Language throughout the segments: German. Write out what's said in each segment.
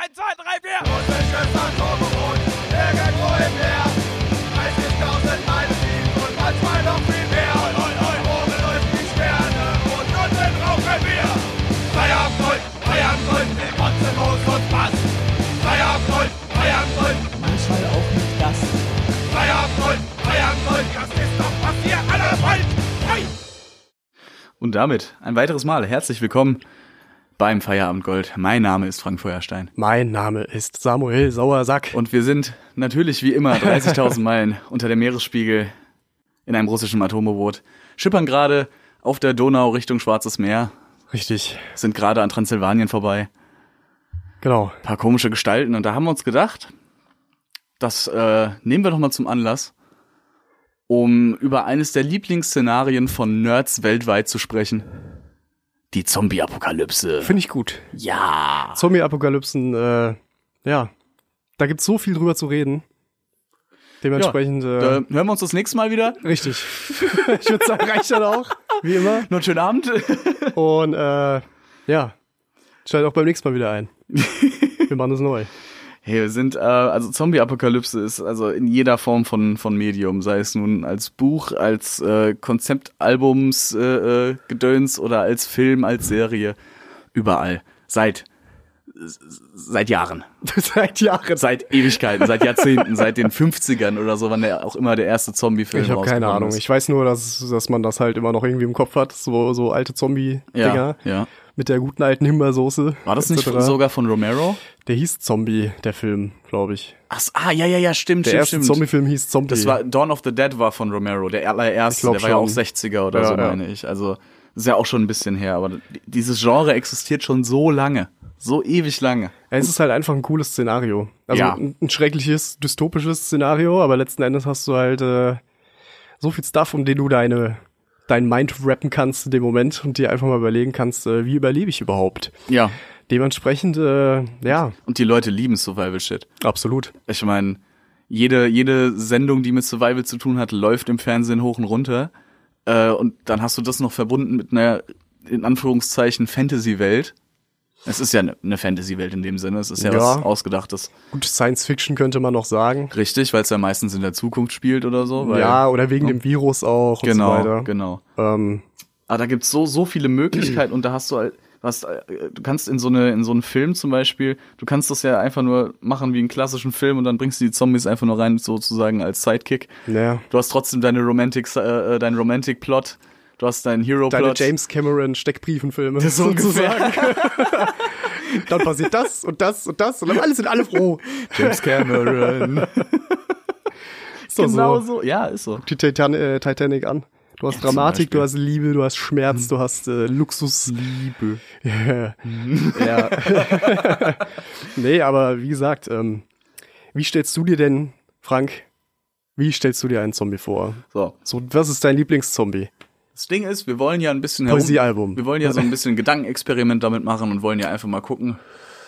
1, 2, 3, 4. Russisches Atomboot, irgendwo im Meer. 30.000 Meilen tief und manchmal noch viel mehr. Oben läuft die Sterne und unten rauchen wir. Feierabend, mit Kotzenlos und Spaß. Feierabend, manchmal auch mit Gast. Feierabend, das ist doch, was ihr alle wollt. Hey! Und damit ein weiteres Mal herzlich willkommen beim Feierabendgold. Mein Name ist Frank Feuerstein. Mein Name ist Samuel Sauersack. Und wir sind natürlich wie immer 30.000 Meilen unter dem Meeresspiegel in einem russischen Atomboot. Schippern gerade auf der Donau Richtung Schwarzes Meer. Richtig. Sind gerade an Transsilvanien vorbei. Genau. Ein paar komische Gestalten. Und da haben wir uns gedacht, das nehmen wir doch mal zum Anlass, um über eines der Lieblingsszenarien von Nerds weltweit zu sprechen. Die Zombie-Apokalypse. Finde ich gut. Ja. Zombie-Apokalypsen, ja. Da gibt's so viel drüber zu reden. Dementsprechend, Da hören wir uns das nächste Mal wieder. Richtig. Ich würde sagen, reicht dann auch. Wie immer. Noch einen schönen Abend. Und, ja. Schalt auch beim nächsten Mal wieder ein. Wir machen das neu. Hey, wir sind, also Zombie-Apokalypse ist also in jeder Form von Medium, sei es nun als Buch, als Konzeptalbums, Gedöns oder als Film, als Serie, überall. Seit Jahren. Seit Jahren. Seit Ewigkeiten, seit Jahrzehnten, seit den 50ern oder so, wann auch immer der erste Zombie-Film Ich habe keine Ahnung. ist. Ich weiß nur, dass man das halt immer noch irgendwie im Kopf hat. So alte Zombie-Dinger. Ja. Mit der guten alten Himbeersoße. War das nicht etc. sogar von Romero? Der hieß Zombie, der Film, glaube ich. Ja, stimmt. Der erste Zombie-Film hieß Zombie. Das war Dawn of the Dead war von Romero, der allererste, der war ja auch 60er oder so, meine ich. Also, das ist ja auch schon ein bisschen her, aber dieses Genre existiert schon so lange. So ewig lange. Es ist halt einfach ein cooles Szenario. Also Ja. ein schreckliches, dystopisches Szenario, aber letzten Endes hast du halt so viel Stuff, um den du dein Mind rappen kannst in dem Moment und dir einfach mal überlegen kannst, wie überlebe ich überhaupt. Ja. Dementsprechend, ja. Und die Leute lieben Survival-Shit. Absolut. Ich meine, jede Sendung, die mit Survival zu tun hat, läuft im Fernsehen hoch und runter. Und dann hast du das noch verbunden mit einer, in Anführungszeichen, Fantasy-Welt. Es ist ja eine Fantasy-Welt in dem Sinne. Es ist ja was Ausgedachtes. Gut, Science-Fiction könnte man noch sagen. Richtig, weil es ja meistens in der Zukunft spielt oder so. Weil, ja, oder wegen dem Virus auch und so weiter. Genau. Aber da gibt's so viele Möglichkeiten und da hast du halt, du kannst in so einen Film zum Beispiel, du kannst das ja einfach nur machen wie einen klassischen Film und dann bringst du die Zombies einfach nur rein, sozusagen als Sidekick. Ja. Du hast trotzdem deinen Romantic-Plot, du hast deinen Hero-Plot. Deine James Cameron Steckbriefenfilme. Das so ungefähr. Dann passiert das und das und das und dann sind alle froh. James Cameron. Ist doch Genau so. so. Ja, ist so. Die Titanic an. Du hast Ja, Dramatik, zum du hast Liebe, du hast Schmerz, du hast Luxus. Liebe. Ja. Nee, aber wie gesagt, wie stellst du dir denn, Frank, wie stellst du dir einen Zombie vor? So. Was ist dein Lieblingszombie? Das Ding ist, wir wollen ja ein bisschen Poesiealbum. Wir wollen ja so ein bisschen Gedankenexperiment damit machen und wollen ja einfach mal gucken,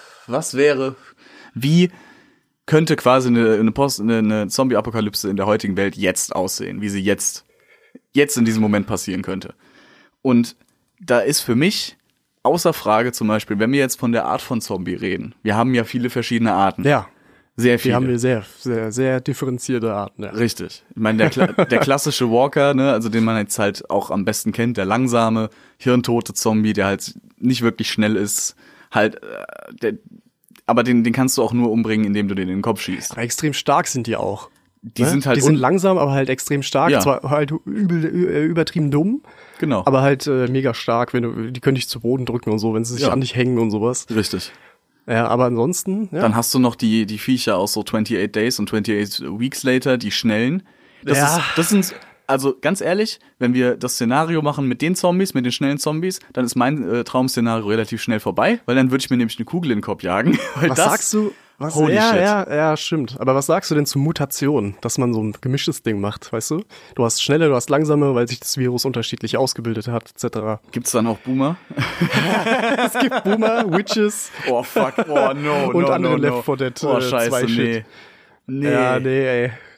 wie könnte quasi eine Zombie-Apokalypse in der heutigen Welt jetzt aussehen, wie sie jetzt in diesem Moment passieren könnte. Und da ist für mich außer Frage zum Beispiel, wenn wir jetzt von der Art von Zombie reden, wir haben ja viele verschiedene Arten. Ja. Sehr viele. Die haben wir sehr, sehr, sehr differenzierte Arten. Ja. Richtig. Ich meine, der klassische Walker, ne, also den man jetzt halt auch am besten kennt, der langsame, hirntote Zombie, der halt nicht wirklich schnell ist, halt, aber den kannst du auch nur umbringen, indem du den in den Kopf schießt. Aber extrem stark sind die auch. Die sind halt die sind langsam, aber halt extrem stark. Ja. Zwar halt übertrieben dumm, genau. aber halt mega stark. Die können dich zu Boden drücken und so, wenn sie sich an dich hängen und sowas. Richtig. Ja, aber ansonsten, ja. Dann hast du noch die Viecher aus so 28 Days und 28 Weeks Later, die schnellen. Das sind, also ganz ehrlich, wenn wir das Szenario machen mit den Zombies, mit den schnellen Zombies, dann ist mein Traum-Szenario relativ schnell vorbei, weil dann würde ich mir nämlich eine Kugel in den Kopf jagen. Weil Was sagst du? Holy shit. Ja, stimmt. Aber was sagst du denn zu Mutation, dass man so ein gemischtes Ding macht, weißt du? Du hast schnelle, du hast langsame, weil sich das Virus unterschiedlich ausgebildet hat, etc. Gibt's dann auch Boomer? Es gibt Boomer, Witches Oh fuck, oh no, und andere Left 4 Dead Oh scheiße, 2 Shit. nee. Ja, nee, ey.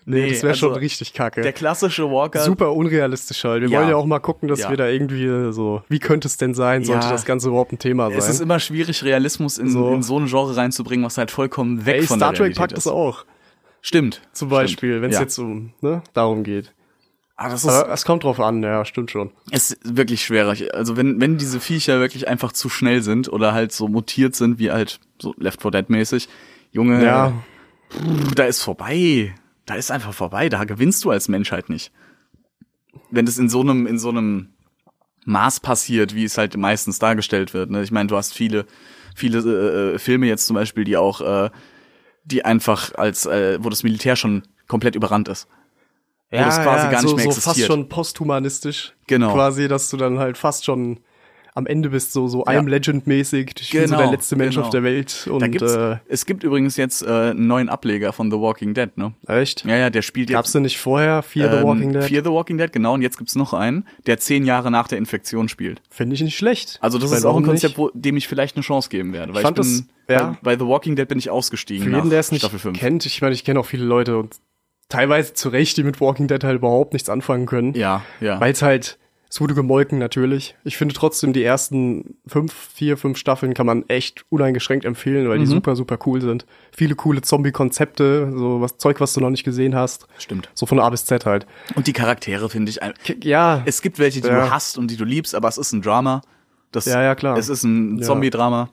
Nee, das wäre also schon richtig kacke. Der klassische Walker. Super unrealistisch halt. Wir Ja. wollen ja auch mal gucken, dass Ja. wir da irgendwie so, wie könnte es denn sein, sollte Ja. das Ganze überhaupt ein Thema sein? Es ist immer schwierig, Realismus in So. in so ein Genre reinzubringen, was halt vollkommen weg Ey, von Star der Trek Realität packt ist. das auch, Stimmt. zum Beispiel, wenn es Ja. jetzt darum geht. Aber das ist, Aber es kommt drauf an, ja, stimmt schon. es ist wirklich schwierig. Also wenn diese Viecher wirklich einfach zu schnell sind oder halt so mutiert sind, wie halt so Left 4 Dead mäßig, Junge, Ja, da ist vorbei. Da ist einfach vorbei. Da gewinnst du als Menschheit nicht. Wenn das in so einem Maß passiert, wie es halt meistens dargestellt wird. Ne? Ich meine, du hast viele Filme jetzt zum Beispiel, die auch, die einfach wo das Militär schon komplett überrannt ist. Wo das quasi gar nicht mehr so existiert. fast schon posthumanistisch. Genau. Quasi, dass du dann halt fast schon am Ende bist, so Ja. I'm Legend-mäßig. Ich bin so Genau, der letzte Mensch genau. auf der Welt. Und, Es gibt übrigens jetzt einen neuen Ableger von The Walking Dead, ne? echt? Ja, der spielt Gab's jetzt denn nicht vorher Fear the Walking Dead? Fear the Walking Dead, genau, und jetzt gibt's noch einen, der 10 Jahre nach der Infektion spielt. Finde ich nicht schlecht. Also das Ich ist meine, auch ein warum Konzept, dem ich vielleicht eine Chance geben werde. Weil fand ich bin, das- ja. bei The Walking Dead bin ich ausgestiegen Für nach jeden, der es nicht Staffel 5. kennt, ich meine, ich kenne auch viele Leute und teilweise zu Recht, die mit Walking Dead halt überhaupt nichts anfangen können. Ja, ja. Weil es halt, es wurde gemolken natürlich. Ich finde trotzdem, die ersten 5 Staffeln kann man echt uneingeschränkt empfehlen, weil die super, super cool sind. Viele coole Zombie-Konzepte, so Zeug, was du noch nicht gesehen hast. Stimmt. So von A bis Z halt. Und die Charaktere finde ich, Ja, es gibt welche, die Ja. du hast und die du liebst, aber es ist ein Drama. Ja, klar. Es ist ein Ja. Zombie-Drama.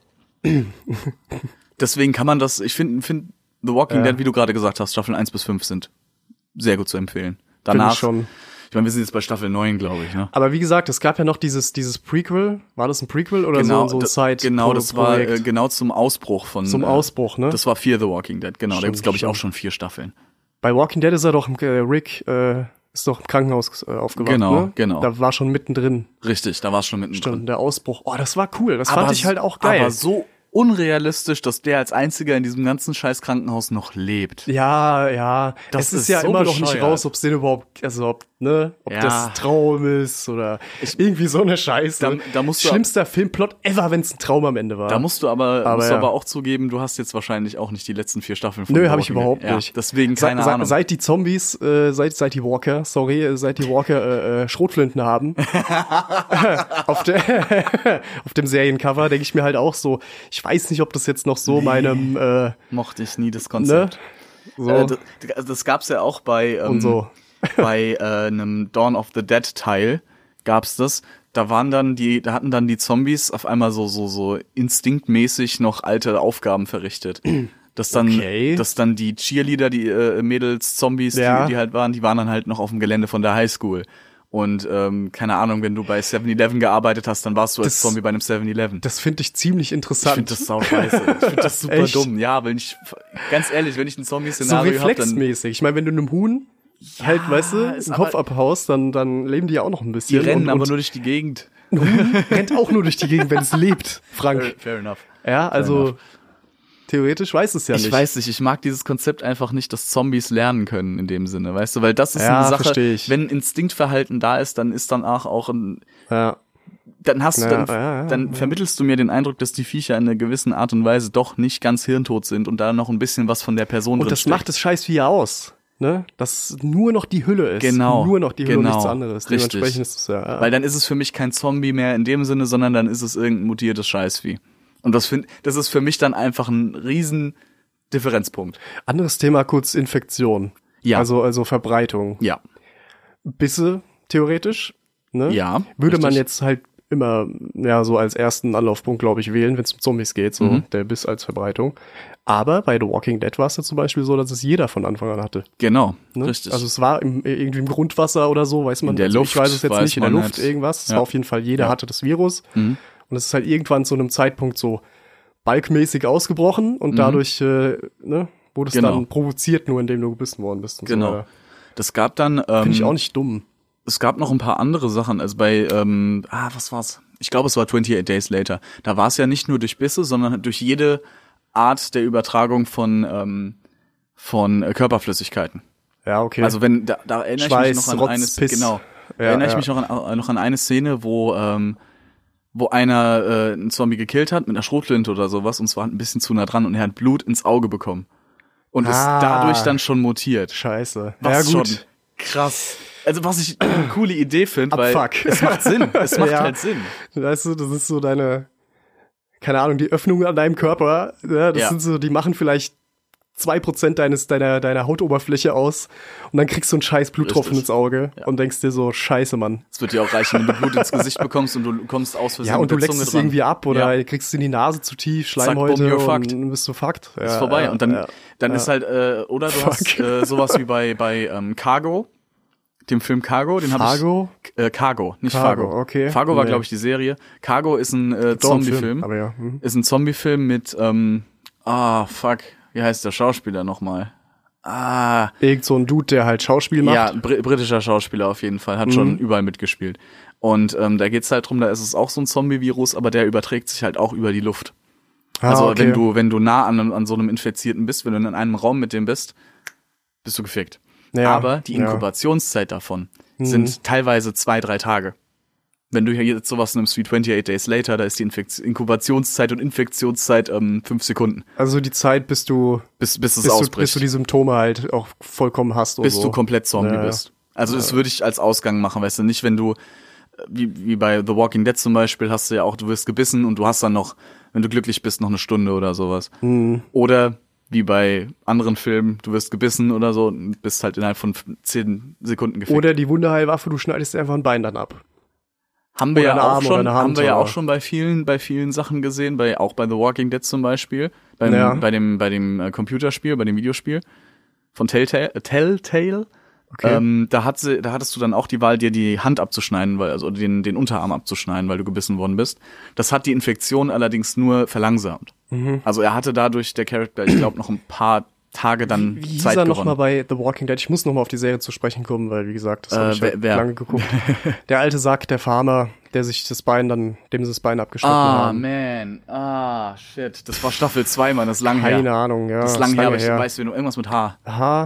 Deswegen kann man das, ich finde The Walking Ja. Dead, wie du gerade gesagt hast, Staffeln 1 bis 5 sind sehr gut zu empfehlen. finde Danach, ich schon. ich meine, wir sind jetzt bei Staffel 9, glaube ich, ne? Aber wie gesagt, es gab ja noch dieses Prequel. War das ein Prequel oder so ein Side? Genau, das war Projekt? genau zum Ausbruch von Zum Ausbruch, ne? Das war Fear the Walking Dead, genau. Da Stimmt, gibt's glaube ich stimmt. auch schon 4 Staffeln. Bei Walking Dead ist er doch, Rick ist doch im Krankenhaus aufgewacht, Genau, ne? genau. Da war schon mittendrin. Richtig, da war es schon mittendrin. Stimmt, der Ausbruch. Oh, das war cool. Das fand ich halt auch geil. Aber so unrealistisch, dass der als einziger in diesem ganzen scheiß Krankenhaus noch lebt. Ja. Das Es ist ist ja so immer noch nicht bescheuert. raus, ob es den überhaupt, also ob Ja. das ein Traum ist oder irgendwie so eine Scheiße. Da musst du- Schlimmster Filmplot ever, wenn es ein Traum am Ende war. Da musst du aber ja. auch zugeben, du hast jetzt wahrscheinlich auch nicht die letzten 4 Staffeln von Nö, The habe ich Walking überhaupt Dead. Ja, nicht. deswegen keine Ahnung. Seit die Zombies, seit die Walker Schrotflinten haben, auf dem Seriencover, denke ich mir halt auch so, ich weiß nicht, ob das jetzt noch so meinem, Mochte ich nie das Konzept. so Das gab's ja auch bei und so. bei einem Dawn of the Dead Teil gab's das. Da hatten dann die Zombies auf einmal so instinktmäßig noch alte Aufgaben verrichtet. Dass dann die Cheerleader, die Mädels, Zombies, Ja. die halt waren, die waren dann halt noch auf dem Gelände von der Highschool. Und keine Ahnung, wenn du bei 7-Eleven gearbeitet hast, dann warst du als Das- Zombie bei einem 7-Eleven. Das finde ich ziemlich Ich interessant. finde das sau scheiße. Ich finde das super Echt? dumm. Ja, ganz ehrlich, wenn ich ein so Zombie-Szenario habe, dann reflexmäßig. Ich meine, wenn du einem Huhn halt, weißt du, ist den Kopf aber- abhaust, dann leben die ja auch noch ein die bisschen. rennen aber und nur durch die Gegend. ein Huhn rennt auch nur durch die Gegend, wenn es lebt, Frank. Fair enough. Ja, also theoretisch weiß es ja Ich nicht. weiß nicht, ich mag dieses Konzept einfach nicht, dass Zombies lernen können in dem Sinne, weißt du, weil das ist Ja, eine Sache, versteh ich. wenn ein Instinktverhalten da ist, dann ist danach auch Ja. dann vermittelst du mir den Eindruck, dass die Viecher in einer gewissen Art und Weise doch nicht ganz hirntot sind und da noch ein bisschen was von der Person Und drin das steckt. macht das Scheiß wie aus. Ne? Dass nur noch die Hülle ist. Genau, Nur noch die Hülle und genau, nichts anderes. richtig. Dementsprechend ist es ja. Weil dann ist es für mich kein Zombie mehr in dem Sinne, sondern dann ist es irgendein mutiertes Scheißvieh. Und das ist für mich dann einfach ein riesen Differenzpunkt. Anderes Thema, kurz Infektion. Ja. Also Verbreitung. Ja. Bisse, theoretisch. Ne? Ja, Würde man richtig. jetzt halt immer, ja, so als ersten Anlaufpunkt, glaube ich, wählen, wenn es um Zombies geht, so der Biss als Verbreitung. Aber bei The Walking Dead war es ja zum Beispiel so, dass es jeder von Anfang an hatte. Genau, Ne? richtig. Also es war irgendwie im Grundwasser oder so, weiß man. In der also Luft ich weiß es jetzt weiß nicht, in der man Luft nicht. irgendwas. Es Ja. war auf jeden Fall, jeder hatte das Virus. Und es ist halt irgendwann zu einem Zeitpunkt so balkmäßig ausgebrochen und dadurch wurde es Genau. dann provoziert, nur indem du gebissen worden bist. Und Genau. So. Das gab dann, Finde ich auch nicht dumm. es gab noch ein paar andere Sachen, also bei, was war's? Ich glaube, es war 28 Days Later. Da war es ja nicht nur durch Bisse, sondern durch jede Art der Übertragung von Körperflüssigkeiten. Ja, okay. Also wenn, da erinnere Schweiß, ich mich noch an Rotz, eine, Piss. genau, Ja, erinnere ich ja. mich noch an eine Szene, wo einer einen Zombie gekillt hat mit einer Schrotflinte oder sowas und zwar ein bisschen zu nah dran und er hat Blut ins Auge bekommen. und ist dadurch dann schon mutiert. Scheiße. Was ja, gut. schon krass. Also was ich eine coole Idee finde, weil Fuck. es macht Sinn. Es macht halt Sinn. Weißt du, das ist so deine, keine Ahnung, die Öffnungen an deinem Körper, ja, das Ja. sind so, die machen vielleicht 2% deiner Hautoberfläche aus und dann kriegst du einen scheiß Bluttropfen Richtig. ins Auge und denkst dir so, scheiße, Mann. Es wird dir auch reichen, wenn du Blut ins Gesicht bekommst und du kommst aus Versehen Ja, und mit du der leckst Zunge es dran. irgendwie ab oder Ja. kriegst es in die Nase zu tief, boom, Schleimhäute you're und fucked. dann bist du fucked. Ja, Ist vorbei. Und dann ja. ist halt, oder du hast sowas wie bei Cargo, dem Film Cargo, den habe Fargo? ich Cargo, nicht Fargo, Fargo. okay. Fargo war, Nee. glaube ich, die Serie. Cargo ist ein Doch, ein Zombie-Film. aber ja. Ist ein Zombie-Film mit, wie heißt der Schauspieler nochmal? Irgend so ein Dude, der halt Schauspiel macht. Ja, britischer Schauspieler auf jeden Fall, hat schon überall mitgespielt. Und da geht's halt drum, da ist es auch so ein Zombie-Virus, aber der überträgt sich halt auch über die Luft. Also okay. wenn du nah an so einem Infizierten bist, wenn du in einem Raum mit dem bist du gefickt. Ja, Aber die Inkubationszeit davon sind teilweise 2-3 Tage. Wenn du hier jetzt sowas nimmst wie 28 Days Later, da ist die Inkubationszeit und Infektionszeit 5 Sekunden, Also die Zeit, bis bis ausbricht. du die Symptome halt auch vollkommen hast. Bis so. du komplett Zombie Ja. bist. Also das würde ich als Ausgang machen, weißt du, nicht wenn du, wie bei The Walking Dead zum Beispiel, hast du ja auch, du wirst gebissen und du hast dann noch, wenn du glücklich bist, noch eine Stunde oder sowas. Oder wie bei anderen Filmen, du wirst gebissen oder so und bist halt innerhalb von 10 Sekunden gefickt. Oder die Wunderheilwaffe, du schneidest dir einfach ein Bein dann ab. Haben wir oder ja eine auch Arm oder schon, eine Hand haben wir ja oder- auch schon bei vielen Sachen gesehen, auch bei The Walking Dead zum Beispiel, bei dem Computerspiel, bei dem Videospiel von Telltale. Okay. Da hattest du dann auch die Wahl, dir die Hand abzuschneiden, also den Unterarm abzuschneiden, weil du gebissen worden bist. Das hat die Infektion allerdings nur verlangsamt. Also er hatte dadurch, der Charakter, ich glaube, noch ein paar Tage dann Wie hieß Zeit er gewonnen. nochmal bei The Walking Dead? Ich muss nochmal auf die Serie zu sprechen kommen, weil, wie gesagt, das habe ich halt wer? lange geguckt. Der alte Sack, der Farmer, der sich dem sie das Bein abgeschnitten haben. Shit. Das war Staffel 2, Mann, das ist lang her. Keine Ahnung, ja. Das ist lang her, aber ich weiß, irgendwas mit H.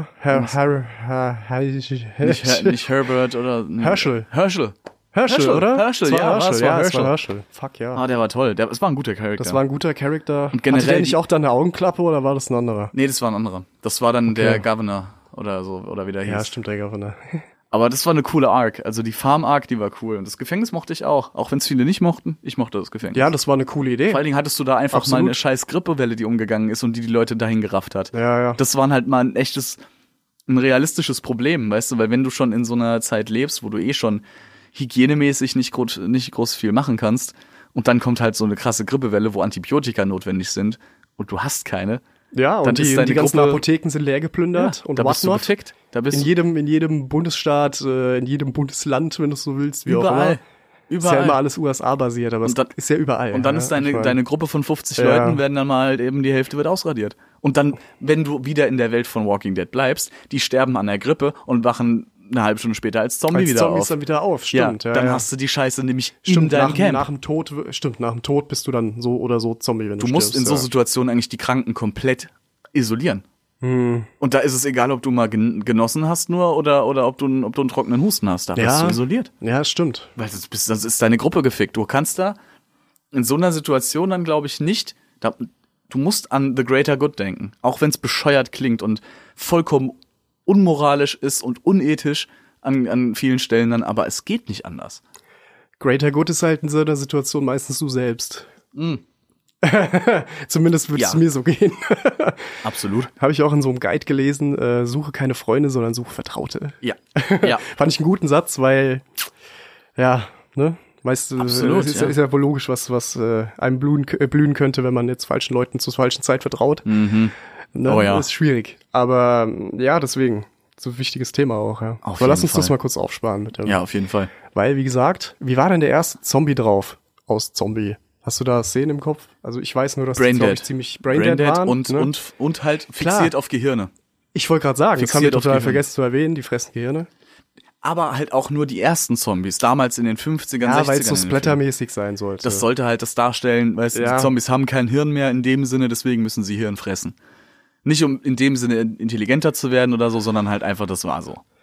Nicht Herbert oder... Herschel. Herschel, oder? Herschel, Es war ja, Herschel, es war ja, es Herschel. war Herschel. Fuck, ja. der war toll. Es war ein guter Charakter. Das war ein guter Charakter. Und generell Hatte der nicht die- auch da eine Augenklappe oder war das ein anderer? Nee, das war ein anderer. Das war dann der Governor oder so, oder wie der hieß. Ja, stimmt, der Governor. Aber das war eine coole Arc. Also die Farm-Arc, die war cool. Und das Gefängnis mochte ich auch. Auch wenn es viele nicht mochten. Ich mochte das Gefängnis. Ja, das war eine coole Idee. Vor allen Dingen hattest du da einfach Absolut. mal eine scheiß Grippewelle, die umgegangen ist und die Leute dahin gerafft hat. Ja. Das waren halt mal ein realistisches Problem, weißt du, weil wenn du schon in so einer Zeit lebst, wo du eh schon hygienemäßig nicht groß viel machen kannst und dann kommt halt so eine krasse Grippewelle, wo Antibiotika notwendig sind und du hast keine, Ja, Dann und ist die deine ganzen Gruppe- Apotheken sind leer geplündert und da bist du whatnot. gefickt. Da bist In jedem Bundesstaat, in jedem Bundesland, wenn du es so willst, wie auch überall. immer. Ist ja immer alles USA-basiert, aber Und dann- es ist ja überall. Und dann ja, ist ich mein, deine Gruppe von 50 Ja. Leuten, werden dann mal halt eben die Hälfte wird ausradiert. Und dann, wenn du wieder in der Welt von Walking Dead bleibst, die sterben an der Grippe und wachen eine halbe Stunde später als Zombie als wieder Zombies auf. dann wieder auf, stimmt. ja, dann hast du die Scheiße nämlich in Stimmt, deinem Camp. nach dem Tod bist du dann so oder so Zombie, wenn du Du musst stirbst, in so ja. Situationen eigentlich die Kranken komplett isolieren. Hm. Und da ist es egal, ob du mal genossen hast nur oder ob du einen trockenen Husten hast. Da bist Ja. du isoliert. Ja, stimmt. Weil das ist deine Gruppe gefickt. Du kannst da in so einer Situation dann, glaube ich, nicht. Du musst an the greater good denken. Auch wenn es bescheuert klingt und vollkommen unmoralisch ist und unethisch an vielen Stellen dann, aber es geht nicht anders. Greater Good ist halt in so einer Situation meistens du selbst. Zumindest würde es Ja. mir so gehen. Absolut. Habe ich auch in so einem Guide gelesen, suche keine Freunde, sondern suche Vertraute. Ja. Ja. Fand ich einen guten Satz, weil, ja, ne? Weißt du, Absolut, ist, ja. ist ja wohl logisch, was einem blühen könnte, wenn man jetzt falschen Leuten zur falschen Zeit vertraut. Ne? Oh ja. Ist schwierig. Aber ja, deswegen, so ein wichtiges Thema auch, ja. Auf Aber lass jeden uns das Fall. mal kurz aufsparen mit dem. Ja, auf jeden Fall. Weil, wie gesagt, wie war denn der erste Zombie drauf aus Zombie? Hast du da Szenen im Kopf? Also ich weiß nur, dass die, Braindead. glaub ich, ziemlich Braindead waren. Ne? und halt Klar. fixiert auf Gehirne. Ich wollte gerade sagen, das haben wir Fixiert auf total Gehirn. vergessen zu erwähnen, die fressen Gehirne. Aber halt auch nur die ersten Zombies, damals in den 50ern, Ja, 60ern. weil es so in den Filmen. splattermäßig sein sollte. Das sollte halt das darstellen, weil Ja. die Zombies haben kein Hirn mehr in dem Sinne, deswegen müssen sie Hirn fressen. Nicht um in dem Sinne intelligenter zu werden oder so, sondern halt einfach, das war so.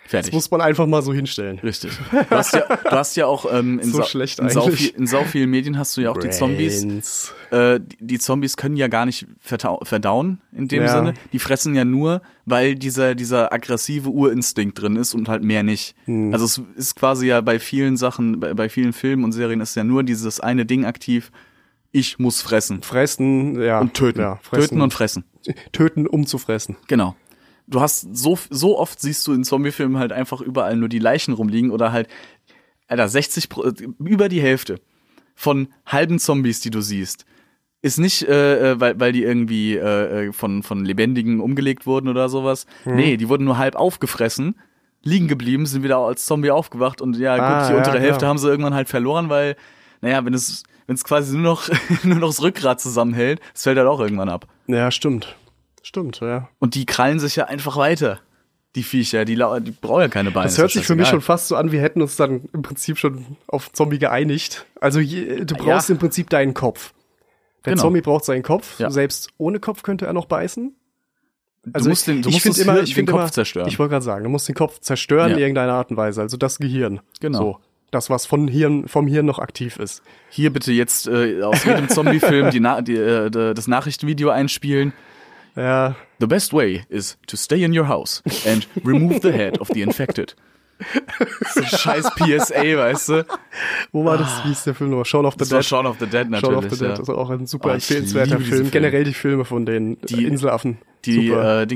Fertig. Das muss man einfach mal so hinstellen. Richtig. Du hast ja auch So schlecht in eigentlich. sau vielen Medien hast du ja auch die Zombies. Die Zombies können ja gar nicht verdauen in dem Sinne. Die fressen ja nur, weil dieser aggressive Urinstinkt drin ist und halt mehr nicht. Also es ist quasi ja bei vielen Sachen, bei vielen Filmen und Serien ist ja nur dieses eine Ding aktiv, ich muss fressen. Fressen, ja. Und töten. Ja, fressen. Töten und fressen. Töten, um zu fressen. Genau. Du hast so oft siehst du in Zombiefilmen halt einfach überall nur die Leichen rumliegen oder halt, Alter, über die Hälfte von halben Zombies, die du siehst, ist nicht, weil die irgendwie von Lebendigen umgelegt wurden oder sowas. Nee, die wurden nur halb aufgefressen, liegen geblieben, sind wieder als Zombie aufgewacht und ja, gut, die untere Hälfte haben sie irgendwann halt verloren, weil, naja, wenn es quasi nur noch das Rückgrat zusammenhält, das fällt halt auch irgendwann ab. Ja, stimmt. Stimmt, ja. Und die krallen sich ja einfach weiter. Die Viecher, die brauchen ja keine Beine. Das hört sich für mich schon fast so an, wir hätten uns dann im Prinzip schon auf Zombie geeinigt. Also du brauchst im Prinzip deinen Kopf. Der Zombie braucht seinen Kopf. Ja. Selbst ohne Kopf könnte er noch beißen. Also du musst den Kopf zerstören. Ich wollte gerade sagen, du musst den Kopf zerstören in irgendeiner Art und Weise. Also das Gehirn. Genau. So. Das, was vom Hirn noch aktiv ist. Hier bitte jetzt aus jedem Zombie-Film das Nachrichtenvideo einspielen. Ja. The best way is to stay in your house and remove the head of the infected. So ein scheiß PSA, weißt du? Wo war das? Wie ist der Film noch? Shaun of the Dead. Shaun of the Dead natürlich. Shaun of the Dead, ja. Das ist auch ein super empfehlenswerter Film. Generell die Filme von den Inselaffen. Die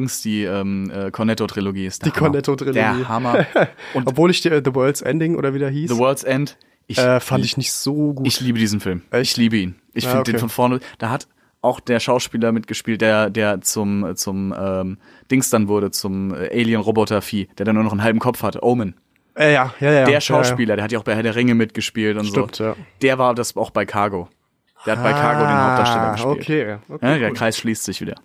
Cornetto-Trilogie ist der Hammer. Die Cornetto-Trilogie. Der Hammer. Und obwohl ich The World's Ending oder wie der hieß. The World's End. Fand ich nicht so gut. Ich liebe diesen Film. Ich liebe ihn. Ich finde den von vorne. Da hat auch der Schauspieler mitgespielt, der zum Dings dann wurde, zum Alien-Roboter-Vieh, der dann nur noch einen halben Kopf hatte. Omen. Ja. Der Schauspieler, der hat ja auch bei Herr der Ringe mitgespielt und Stimmt, so. Ja. Der war das auch bei Cargo. Der hat bei Cargo den Hauptdarsteller gespielt. Okay, ja, der Kreis schließt sich wieder.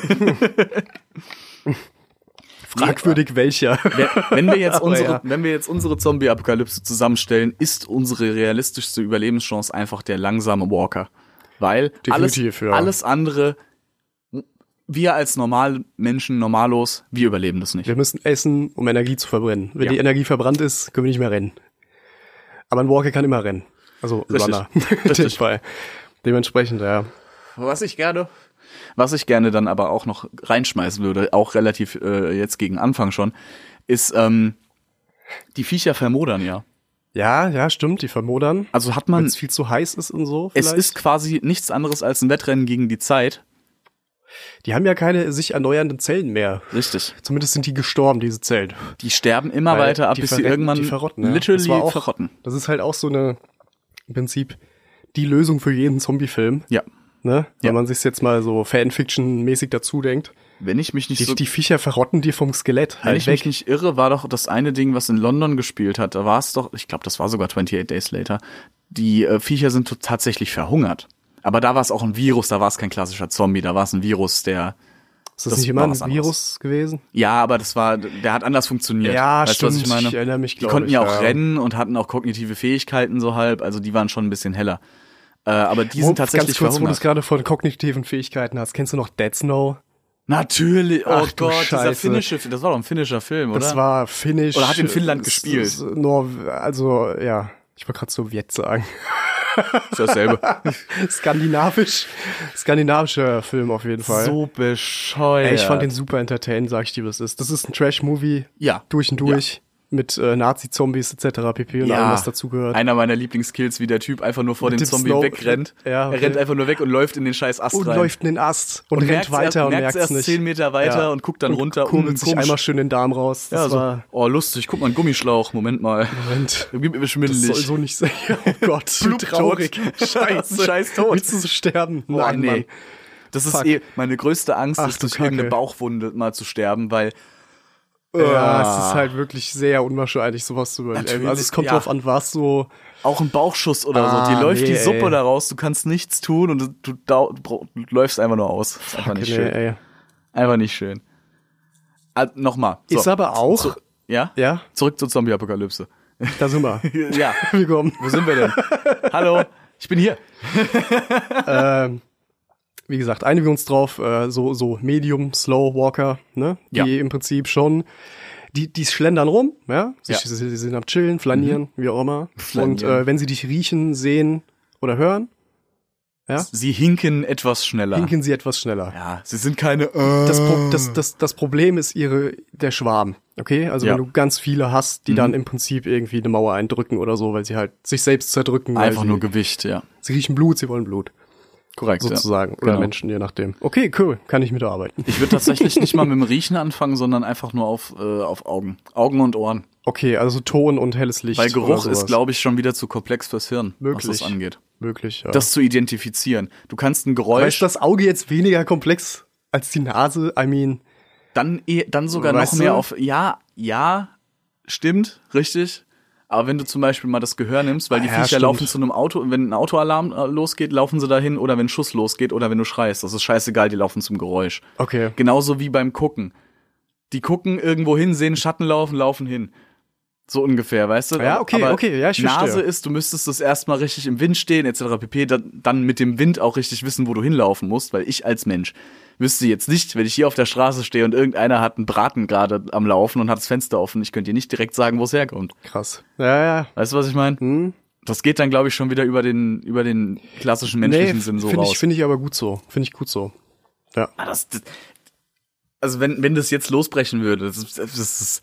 Fragwürdig welcher. Wenn wir jetzt unsere Zombie-Apokalypse zusammenstellen, ist unsere realistischste Überlebenschance einfach der langsame Walker. Weil alles andere, wir als Menschen, normallos, wir überleben das nicht. Wir müssen essen, um Energie zu verbrennen. Wenn die Energie verbrannt ist, können wir nicht mehr rennen. Aber ein Walker kann immer rennen. Also Runner. Richtig. Dementsprechend, ja. Was ich gerne dann aber auch noch reinschmeißen würde, auch relativ jetzt gegen Anfang schon, ist die Viecher vermodern ja. Ja, stimmt, die vermodern. Also hat man, wenn es viel zu heiß ist und so. Vielleicht. Es ist quasi nichts anderes als ein Wettrennen gegen die Zeit. Die haben ja keine sich erneuernden Zellen mehr. Richtig. Zumindest sind die gestorben, diese Zellen. Die sterben immer weiter ab, bis sie irgendwann verrotten, literally verrotten. Das ist halt auch so im Prinzip die Lösung für jeden Zombie-Film. Ja. Ne? Wenn man sich jetzt mal so Fanfiction-mäßig dazu denkt. Wenn ich mich nicht die Viecher verrotten dir vom Skelett. Wenn ich mich nicht irre, war doch das eine Ding, was in London gespielt hat. Da war es doch, ich glaube, das war sogar 28 Days Later. Die Viecher sind tatsächlich verhungert. Aber da war es auch ein Virus, da war es kein klassischer Zombie, da war es ein Virus, der... Ist das nicht immer ein Virus gewesen? Ja, aber der hat anders funktioniert. Ja, weißt stimmt. Du, was ich meine? Ich erinnere mich, die konnten ja auch rennen und hatten auch kognitive Fähigkeiten so halb, also die waren schon ein bisschen heller. Aber die sind tatsächlich ganz kurz, verhungert. Wo du es gerade von kognitiven Fähigkeiten hast. Kennst du noch Dead Snow? Natürlich, oh Ach, Gott, Scheiße. das war doch ein finnischer Film, oder? Das war finnisch. Oder hat in Finnland gespielt. Ich wollte gerade Sowjet sagen. Ist dasselbe. Skandinavischer Film auf jeden Fall. So bescheuert. Ich fand den super entertainend, sag ich dir, was ist. Das ist ein Trash-Movie. Ja. Durch und durch. Ja. Mit Nazi-Zombies etc. pp. Und allem, was dazugehört. Einer meiner Lieblingskills, wie der Typ einfach nur vor dem Zombie wegrennt. Ja, okay. Er rennt einfach nur weg und läuft in den scheiß Ast rein. Und läuft in den Ast und rennt weiter und merkt es nicht. 10 Meter weiter und guckt dann runter. Kurbelt sich einmal schön den Darm raus. Das war lustig. Guck mal, ein Gummischlauch. Moment. Gibt mir schwindelig. Das soll so nicht sein. Oh Gott, traurig. Scheiße. Scheiß tot. Willst du so sterben? Nein, Mann. Das ist meine größte Angst, ist durch irgendeine Bauchwunde mal zu sterben, weil ja, es ist halt wirklich sehr unwahrscheinlich, sowas zu überleben. Also es kommt drauf an, was so... Auch ein Bauchschuss oder so. Dir läuft die Suppe da raus, du kannst nichts tun und du läufst einfach nur aus. Einfach nicht schön. Einfach nicht schön. Nochmal. So. Ist aber auch... Ja? Zurück zur Zombie-Apokalypse. Da sind wir. Ja. Willkommen. Wo sind wir denn? Hallo, ich bin hier. Wie gesagt, einigen wir uns drauf, so Medium, Slow Walker, ne? Die im Prinzip schon die schlendern rum, ja? Sie Ja. sind am Chillen, flanieren, wie auch immer. Flanieren. Und wenn sie dich riechen, sehen oder hören, ja, Sie hinken etwas schneller. hinken sie etwas schneller. Ja, sie sind keine Das Problem ist der Schwarm, okay? Also Ja. wenn du ganz viele hast, die dann im Prinzip irgendwie eine Mauer eindrücken oder so, weil sie halt sich selbst zerdrücken. weil einfach nur Gewicht, ja. sie riechen Blut, sie wollen Blut, Korrekt, sozusagen. ja. Oder Genau. Menschen, je nachdem. Okay, cool, kann ich mitarbeiten. Ich würde tatsächlich nicht mal mit dem Riechen anfangen, sondern einfach nur auf Augen. Augen und Ohren. Okay, also Ton und helles Licht. Weil Geruch oder ist, sowas. glaube ich, schon wieder zu komplex fürs Hirn, Möglich. was das angeht. Möglich, ja. Das zu identifizieren. Du kannst ein Geräusch Weißt du, das Auge jetzt weniger komplex als die Nase? I mean, dann sogar noch Weißt mehr du? auf, ja, stimmt, richtig. Aber wenn du zum Beispiel mal das Gehör nimmst, weil die Ja, Viecher stimmt. laufen zu einem Auto, wenn ein Autoalarm losgeht, laufen sie dahin, oder wenn ein Schuss losgeht, oder wenn du schreist. Das ist scheißegal, die laufen zum Geräusch. okay. Genauso wie beim Gucken. Die gucken irgendwo hin, sehen Schatten laufen hin. So ungefähr, weißt du? Ja, okay, Aber okay, ja, ich verstehe. Nase ist, du müsstest das erstmal richtig im Wind stehen, etc. pp. Dann mit dem Wind auch richtig wissen, wo du hinlaufen musst, weil ich als Mensch wüsste jetzt nicht, wenn ich hier auf der Straße stehe und irgendeiner hat einen Braten gerade am Laufen und hat das Fenster offen, ich könnte dir nicht direkt sagen, wo es herkommt. Krass. Ja. Weißt du, was ich meine? Das geht dann, glaube ich, schon wieder über den klassischen menschlichen Sinn so raus. Finde ich aber gut so. Finde ich gut so. Ja. Also wenn das jetzt losbrechen würde, das ist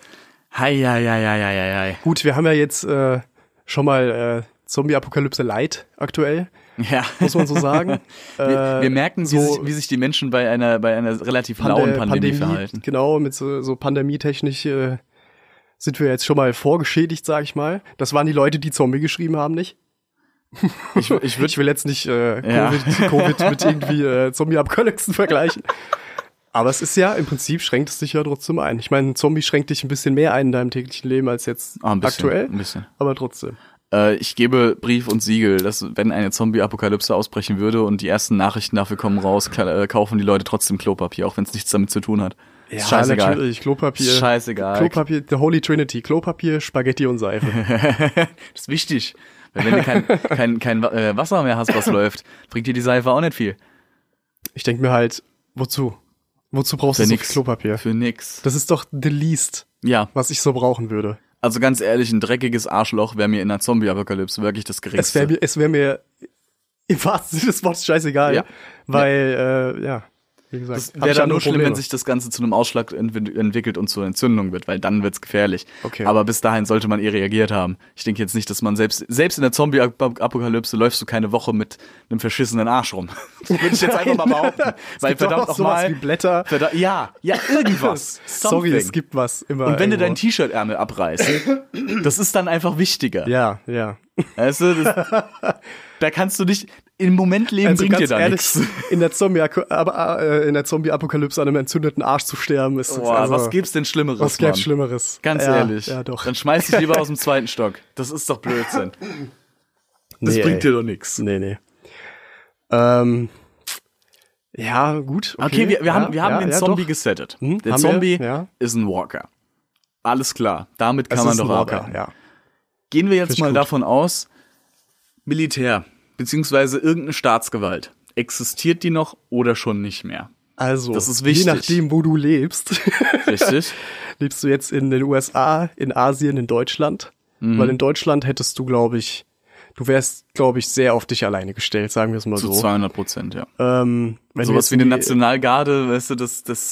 hei. Gut, wir haben ja jetzt schon mal Zombie-Apokalypse Light aktuell, Ja. muss man so sagen. Wir merken, so wie sich die Menschen bei einer relativ lauen Pandemie verhalten. Genau, mit so pandemietechnisch sind wir jetzt schon mal vorgeschädigt, sag ich mal. Das waren die Leute, die Zombie geschrieben haben, nicht? Ich Ich will jetzt nicht Covid mit irgendwie Zombie-Apokalypsen vergleichen. Aber es ist ja, im Prinzip schränkt es dich ja trotzdem ein. Ich meine, ein Zombie schränkt dich ein bisschen mehr ein in deinem täglichen Leben als jetzt ein bisschen, aktuell. ein bisschen. Aber trotzdem. Ich gebe Brief und Siegel, dass wenn eine Zombie-Apokalypse ausbrechen würde und die ersten Nachrichten dafür kommen raus, kaufen die Leute trotzdem Klopapier, auch wenn es nichts damit zu tun hat. Ist scheißegal. Natürlich. Klopapier. Ist scheißegal. Klopapier, the Holy Trinity. Klopapier, Spaghetti und Seife. Das ist wichtig. Weil wenn du kein Wasser mehr hast, was läuft, bringt dir die Seife auch nicht viel. Ich denke mir halt, wozu? Wozu brauchst du so viel Klopapier? Für nix. Das ist doch the least, Ja. was ich so brauchen würde. Also ganz ehrlich, ein dreckiges Arschloch wäre mir in einer Zombie-Apokalypse wirklich das Geringste. Es wär mir im wahrsten Sinne des Wortes scheißegal. Ja. Weil, wie gesagt, Das hab wäre ich dann andere nur schlimm, Probleme. wenn sich das Ganze zu einem Ausschlag entwickelt und zur Entzündung wird, weil dann wird's gefährlich. Okay. Aber bis dahin sollte man reagiert haben. Ich denke jetzt nicht, dass man selbst in der Zombie-Apokalypse läufst du keine Woche mit einem verschissenen Arsch rum. Das würde ich jetzt einfach mal behaupten. Weil gibt doch verdammt auch sowas nochmal. wie Blätter. Ja, irgendwas. Sorry, Something. es gibt was immer. Und wenn du irgendwo. dein T-Shirt-Ärmel abreißt, das ist dann einfach wichtiger. Ja. Weißt du, da kannst du nicht, im Moment leben Also bringt dir ganz da ehrlich, nichts. in der Zombie-Apokalypse an einem entzündeten Arsch zu sterben, ist Boah, also, was gibt's denn Schlimmeres, was gibt's Mann? Schlimmeres? Ganz Ja, ehrlich. Ja, doch. Dann schmeiß dich lieber aus dem zweiten Stock. Das ist doch Blödsinn. Das Nee, bringt ey. dir doch nichts. Nee. Ja, gut. Okay, wir haben den Zombie doch. gesettet. Hm, Der haben Zombie wir? Ja. ist ein Walker. Alles klar. Damit kann Es man ist doch ein Walker, arbeiten. ja. Gehen wir jetzt Find ich mal gut. davon aus, Militär, beziehungsweise irgendeine Staatsgewalt. Existiert die noch oder schon nicht mehr? Also, Das ist wichtig. je nachdem, wo du lebst. Richtig? Lebst du jetzt in den USA, in Asien, in Deutschland? Mhm. Weil in Deutschland hättest du, du wärst, glaube ich, sehr auf dich alleine gestellt, sagen wir es mal Zu so. 200%, ja. Wenn du Sowas jetzt wie eine die- Nationalgarde, weißt du,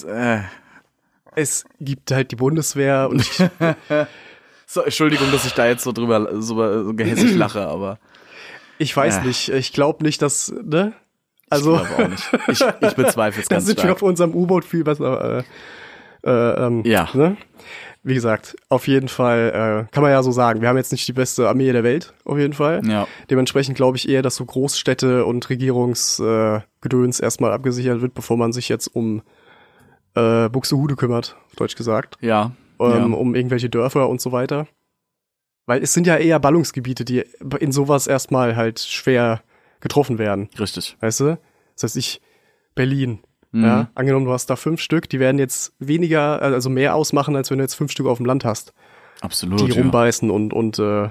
Es gibt halt die Bundeswehr und ich, So, Entschuldigung, dass ich da jetzt so drüber so gehässig lache, aber ich weiß nicht. Ich glaube nicht, dass, ne? Also, ich glaube auch nicht. Ich bezweifle es da ganz sind wir stark. auf unserem U-Boot viel besser. Ja. Ne? Wie gesagt, auf jeden Fall kann man ja so sagen, wir haben jetzt nicht die beste Armee der Welt, auf jeden Fall. Ja. Dementsprechend glaube ich eher, dass so Großstädte und Regierungsgedöns erstmal abgesichert wird, bevor man sich jetzt um Buxtehude kümmert, auf Deutsch gesagt. Ja. Um irgendwelche Dörfer und so weiter. Weil es sind ja eher Ballungsgebiete, die in sowas erstmal halt schwer getroffen werden. Richtig. Weißt du? Das heißt, Berlin. Mhm. Ja, angenommen, du hast da 5 Stück, die werden jetzt weniger, also mehr ausmachen, als wenn du jetzt 5 Stück auf dem Land hast, Absolut. die ja. rumbeißen und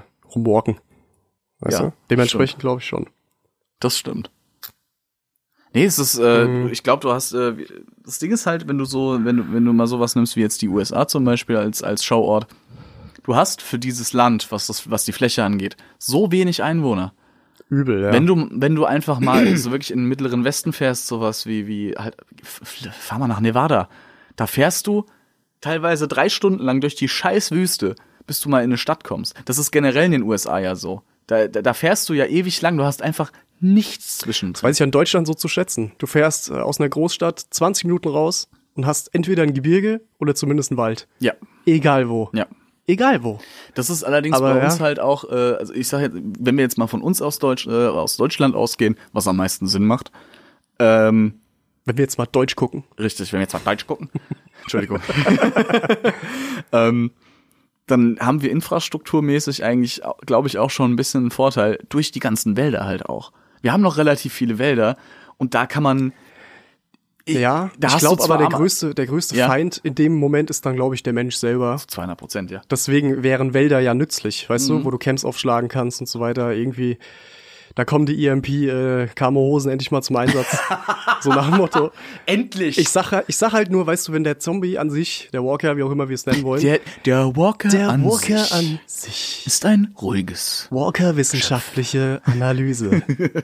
rumwalken. Weißt Ja, du? Dementsprechend glaube ich schon. Das stimmt. Nee, es ist, ich glaube, du hast, das Ding ist halt, wenn du mal sowas nimmst wie jetzt die USA zum Beispiel als Schauort, du hast für dieses Land, was die Fläche angeht, so wenig Einwohner. Übel, ja. Wenn du einfach mal so wirklich in den mittleren Westen fährst, sowas wie halt, fahr mal nach Nevada. Da fährst du teilweise 3 Stunden lang durch die scheiß Wüste, bis du mal in eine Stadt kommst. Das ist generell in den USA ja so. Da fährst du ja ewig lang, du hast einfach nichts zwischen. Das weiß ich an Deutschland so zu schätzen. Du fährst aus einer Großstadt 20 Minuten raus und hast entweder ein Gebirge oder zumindest einen Wald. Ja. Egal wo. Ja. Egal wo. Das ist allerdings Aber bei uns halt auch, also ich sage, wenn wir jetzt mal von uns aus Deutschland ausgehen, was am meisten Sinn macht. Wenn wir jetzt mal Deutsch gucken. Richtig, wenn wir jetzt mal Deutsch gucken. Entschuldigung. Dann haben wir infrastrukturmäßig eigentlich, glaube ich, auch schon ein bisschen einen Vorteil durch die ganzen Wälder halt auch. Wir haben noch relativ viele Wälder und da kann man. Ja, ich glaube aber der größte Ja. Feind in dem Moment ist dann, glaube ich, der Mensch selber. 200%, ja. Deswegen wären Wälder ja nützlich, weißt du, wo du Camps aufschlagen kannst und so weiter. Irgendwie, da kommen die Camo-Hosen endlich mal zum Einsatz. So nach dem Motto. Endlich! Ich sag halt nur, weißt du, wenn der Zombie an sich, der Walker, wie auch immer wir es nennen wollen. Der Walker an sich ist ein ruhiges. Walker-wissenschaftliche Analyse.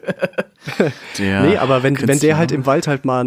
Der Nee, aber wenn Christian. der halt im Wald halt mal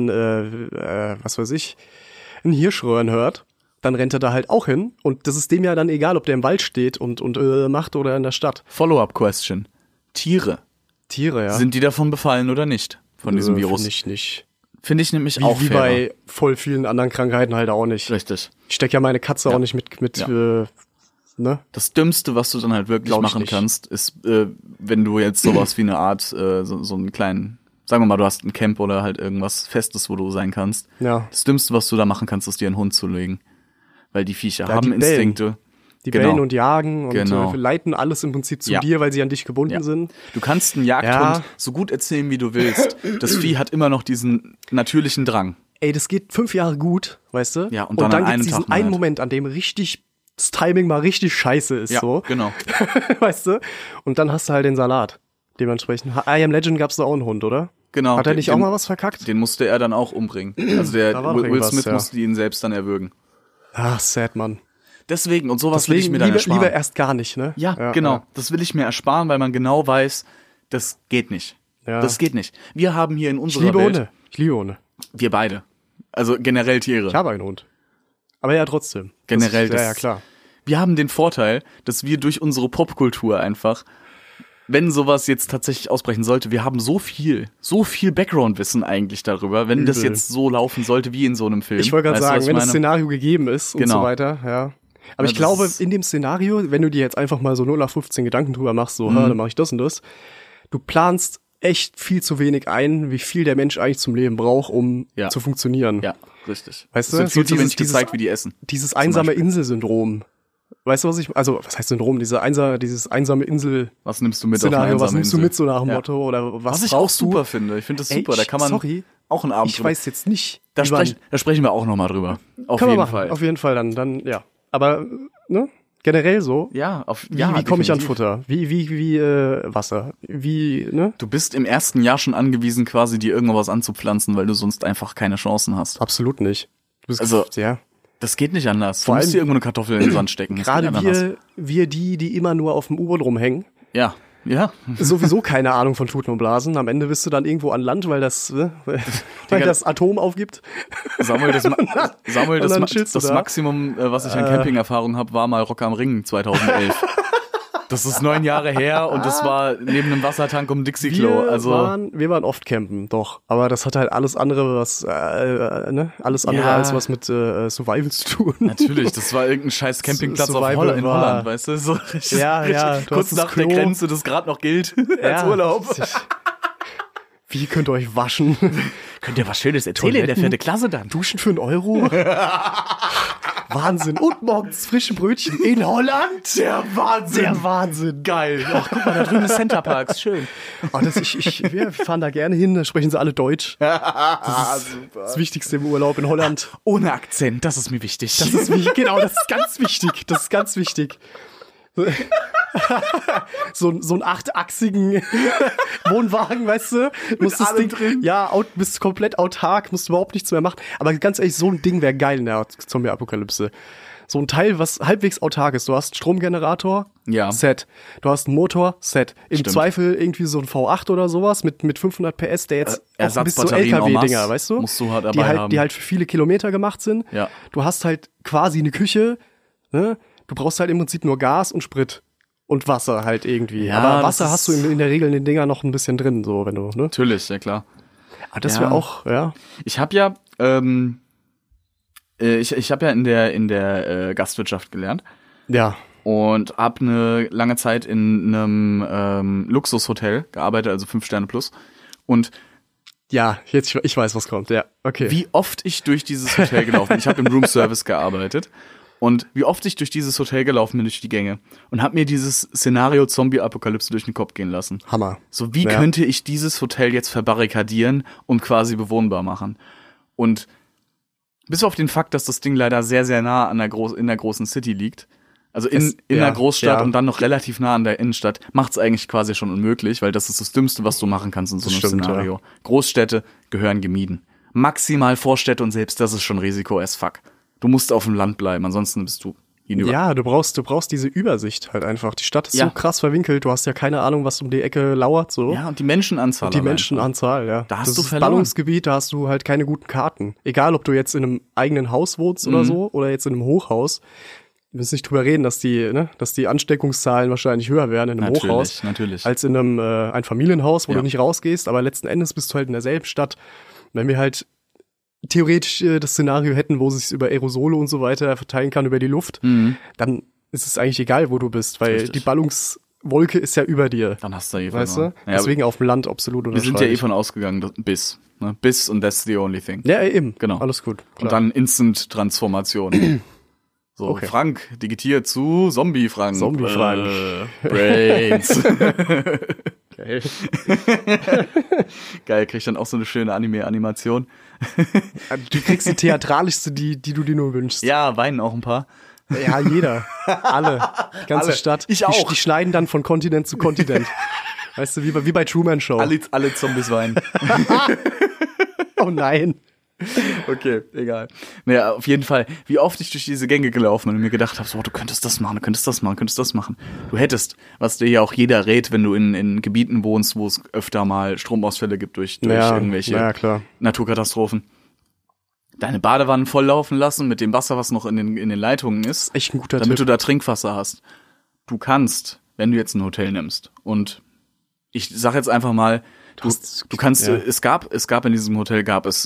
was weiß ich, ein Hirschröhren hört, dann rennt er da halt auch hin. Und das ist dem ja dann egal, ob der im Wald steht und macht oder in der Stadt. Follow-up-Question. Tiere. Tiere, ja. Sind die davon befallen oder nicht? Von diesem Virus? Finde ich nicht. Finde ich nämlich Wie, auch wie fair. bei voll vielen anderen Krankheiten halt auch nicht. Richtig. Ich steck ja meine Katze Ja. auch nicht mit Ja. ne? Das Dümmste, was du dann halt wirklich Glaub ich machen nicht. kannst, ist, wenn du jetzt sowas wie eine Art, so einen kleinen, sagen wir mal, du hast ein Camp oder halt irgendwas Festes, wo du sein kannst. Ja. Das Dümmste, was du da machen kannst, ist dir einen Hund zu legen. Weil die Viecher Ja, haben die bellen. Instinkte. Die Genau. bellen und jagen und Genau. leiten alles im Prinzip zu Ja. dir, weil sie an dich gebunden Ja. sind. Du kannst einen Jagdhund Ja. so gut erzählen, wie du willst. Das Vieh hat immer noch diesen natürlichen Drang. Ey, das geht 5 Jahre gut, weißt du? Ja, und dann an gibt's einem diesen Tag mal einen halt. Moment, an dem richtig das Timing mal richtig scheiße ist, Ja, so. genau. Weißt du? Und dann hast du halt den Salat. Dementsprechend. I Am Legend gab's da auch einen Hund, oder? Genau. Hat er nicht auch mal was verkackt? Den musste er dann auch umbringen. Also Da war Will irgendwas, Smith ja. musste ihn selbst dann erwürgen. Ah, sad, Mann. Deswegen, und sowas will ich Deswegen mir dann ersparen. lieber erst gar nicht, ne? Ja, genau. Ja. Das will ich mir ersparen, weil man genau weiß, das geht nicht. Ja. Das geht nicht. Wir haben hier in Ich unserer liebe Welt, Hunde. Ich liebe Hunde. wir beide, also generell Tiere, Ich habe einen Hund. Aber ja, trotzdem. Generell, Das, ja, das- ja, klar. wir haben den Vorteil, dass wir durch unsere Popkultur einfach, wenn sowas jetzt tatsächlich ausbrechen sollte, wir haben so viel Background-Wissen eigentlich darüber, wenn das Übel. jetzt so laufen sollte wie in so einem Film. Ich wollte gerade Weißt du, was sagen, ich wenn das meine? Szenario gegeben ist und Genau. so weiter, ja. Aber Ja, ich das glaube, ist- in dem Szenario, wenn du dir jetzt einfach mal so 0 auf 15 Gedanken drüber machst, so, dann mache ich das und das, du planst echt viel zu wenig ein, wie viel der Mensch eigentlich zum Leben braucht, um Ja. zu funktionieren. Ja, richtig. Weißt Es du, wird so viel zu wenig dieses- gezeigt, wie die essen. Dieses einsame Beispiel. Inselsyndrom. Weißt du, was heißt Syndrom? Dieses einsame Insel-Szenario, Was nimmst du mit auf eine einsame was nimmst du Insel? mit so nach dem Ja. Motto? Oder was Was ich auch brauchst du? super finde. Ich finde das Ey, super. Da kann man sorry, auch einen Abend ich drüber. weiß jetzt nicht. Da wie man- sprechen wir auch nochmal drüber. Auf Kann man jeden machen, Fall. auf jeden Fall dann, ja. Aber, ne? Generell so. Ja, Wie komme ich an definitiv. Futter? Wie Wasser? Wie, ne? Du bist im ersten Jahr schon angewiesen, quasi dir irgendwas anzupflanzen, weil du sonst einfach keine Chancen hast. Absolut nicht. Du bist, Also, ja. Das geht nicht anders. Vor Du musst allem- dir irgendwo eine Kartoffel in den Sand stecken. Das Gerade geht nicht anders. wir die immer nur auf dem U-Boot rumhängen, Ja. sowieso keine Ahnung von Tuten und Blasen. Am Ende bist du dann irgendwo an Land, weil das Atom aufgibt. Samuel, Und dann chillst du das da. Maximum, was ich an Camping-Erfahrung habe, war mal Rock am Ring 2011. Das ist 9 Jahre her und das war neben einem Wassertank um Dixie-Klo. Wir waren oft campen, doch. Aber das hat halt alles andere, alles andere Ja. als was mit Survival zu tun. Natürlich, das war irgendein scheiß Campingplatz Survival in war- Holland, weißt du? So richtig, Ja, ja, du kurz hast das nach der Klo. Grenze, das gerade noch gilt als Ja. Urlaub. Wie könnt ihr euch waschen? Könnt ihr was Schönes Toiletten? Klasse dann? Duschen für 1 Euro? Wahnsinn. Und morgens frische Brötchen in Holland? Der Wahnsinn. Der Wahnsinn. Geil. Ach, guck mal, da drüben ist Centerparks, schön. Oh, wir fahren da gerne hin, da sprechen sie alle Deutsch. Das ist das Wichtigste im Urlaub in Holland. Ohne Akzent, das ist mir wichtig. Das ist wichtig, genau, das ist ganz wichtig. Das ist ganz wichtig. so einen 8-achsigen Wohnwagen, weißt du? Musst das allem Ding drin. Ja, bist komplett autark, musst überhaupt nichts mehr machen. Aber ganz ehrlich, so ein Ding wäre geil in der Zombie-Apokalypse. So ein Teil, was halbwegs autark ist. Du hast einen Stromgenerator, Ja. Set. Du hast einen Motor, Set. Im Stimmt. Zweifel irgendwie so ein V8 oder sowas mit 500 PS, der jetzt auch bis so Ersatzbatterien en LKW-Dinger, masse weißt du? musst du halt die dabei halt, haben. die halt für viele Kilometer gemacht sind. Ja. Du hast halt quasi eine Küche, ne? Du brauchst halt im Prinzip nur Gas und Sprit. Und Wasser halt irgendwie. Ja, aber das Wasser ist- hast du in der Regel in den Dingern noch ein bisschen drin, so wenn du, ne? Natürlich, ja klar. Aber das Ja. wäre auch, ja. Ich habe ja, ich habe ja in der Gastwirtschaft gelernt Ja. und habe eine lange Zeit in einem Luxushotel gearbeitet, also 5 Sterne plus. Und Ja, jetzt, ich weiß, was kommt, ja. Okay. wie oft ich durch dieses Hotel gelaufen bin. Ich habe im Roomservice gearbeitet. Und wie oft ich durch dieses Hotel gelaufen bin, durch die Gänge. Und habe mir dieses Szenario Zombie-Apokalypse durch den Kopf gehen lassen. Hammer. So, wie Ja. könnte ich dieses Hotel jetzt verbarrikadieren und quasi bewohnbar machen? Und bis auf den Fakt, dass das Ding leider sehr, sehr nah an in der großen City liegt, also in ja, der Großstadt ja. und dann noch relativ nah an der Innenstadt, macht es eigentlich quasi schon unmöglich, weil das ist das Dümmste, was du machen kannst in so einem Stimmt, Szenario. Großstädte gehören gemieden. Maximal Vorstädte und selbst das ist schon Risiko as fuck. Du musst auf dem Land bleiben, ansonsten bist du hinüber. Ja, du brauchst diese Übersicht halt einfach. Die Stadt ist Ja. so krass verwinkelt, du hast ja keine Ahnung, was um die Ecke lauert, so. Ja, und die Menschenanzahl. Die allein. Menschenanzahl, ja. Da hast das du ist verloren. Ballungsgebiet, da hast du halt keine guten Karten. Egal, ob du jetzt in einem eigenen Haus wohnst Mhm. oder so, oder jetzt in einem Hochhaus. Wir müssen nicht drüber reden, dass die Ansteckungszahlen wahrscheinlich höher wären in einem Hochhaus. Natürlich. Als in einem Einfamilienhaus, wo Ja. du nicht rausgehst, aber letzten Endes bist du halt in derselben Stadt. Wenn wir halt theoretisch das Szenario hätten, wo es sich über Aerosole und so weiter verteilen kann über die Luft, dann ist es eigentlich egal, wo du bist, weil Richtig. die Ballungswolke ist ja über dir. Dann hast du ja Weißt du? verloren. Ja, Deswegen auf dem Land absolut wir sind ja von ausgegangen, bis. Ne? Bis und that's the only thing. Ja, eben. Genau. Alles gut. Klar. Und dann Instant-Transformation. So, Okay. Frank, digitiert zu Zombie-Frank. Zombie-Frank. Brains. Geil. Geil, krieg ich dann auch so eine schöne Anime-Animation. Du kriegst die theatralischste, die du dir nur wünschst. Ja, weinen auch ein paar. Ja, jeder. Alle. Die ganze Alle. Stadt. Ich auch. Die schneiden dann von Kontinent zu Kontinent. Weißt du, wie bei Truman Show. Alle Zombies weinen. Oh nein. Okay, egal. Naja, auf jeden Fall, wie oft ich durch diese Gänge gelaufen bin und mir gedacht habe, so, du könntest das machen, du könntest das machen, du könntest das machen. Du hättest, was dir ja auch jeder rät, wenn du in Gebieten wohnst, wo es öfter mal Stromausfälle gibt durch irgendwelche klar. Naturkatastrophen. Deine Badewannen volllaufen lassen mit dem Wasser, was noch in den Leitungen ist, Echt ein guter damit du Tipp. da Trinkwasser hast. Du kannst, wenn du jetzt ein Hotel nimmst und ich sag jetzt einfach mal, du kannst, ja. es gab in diesem Hotel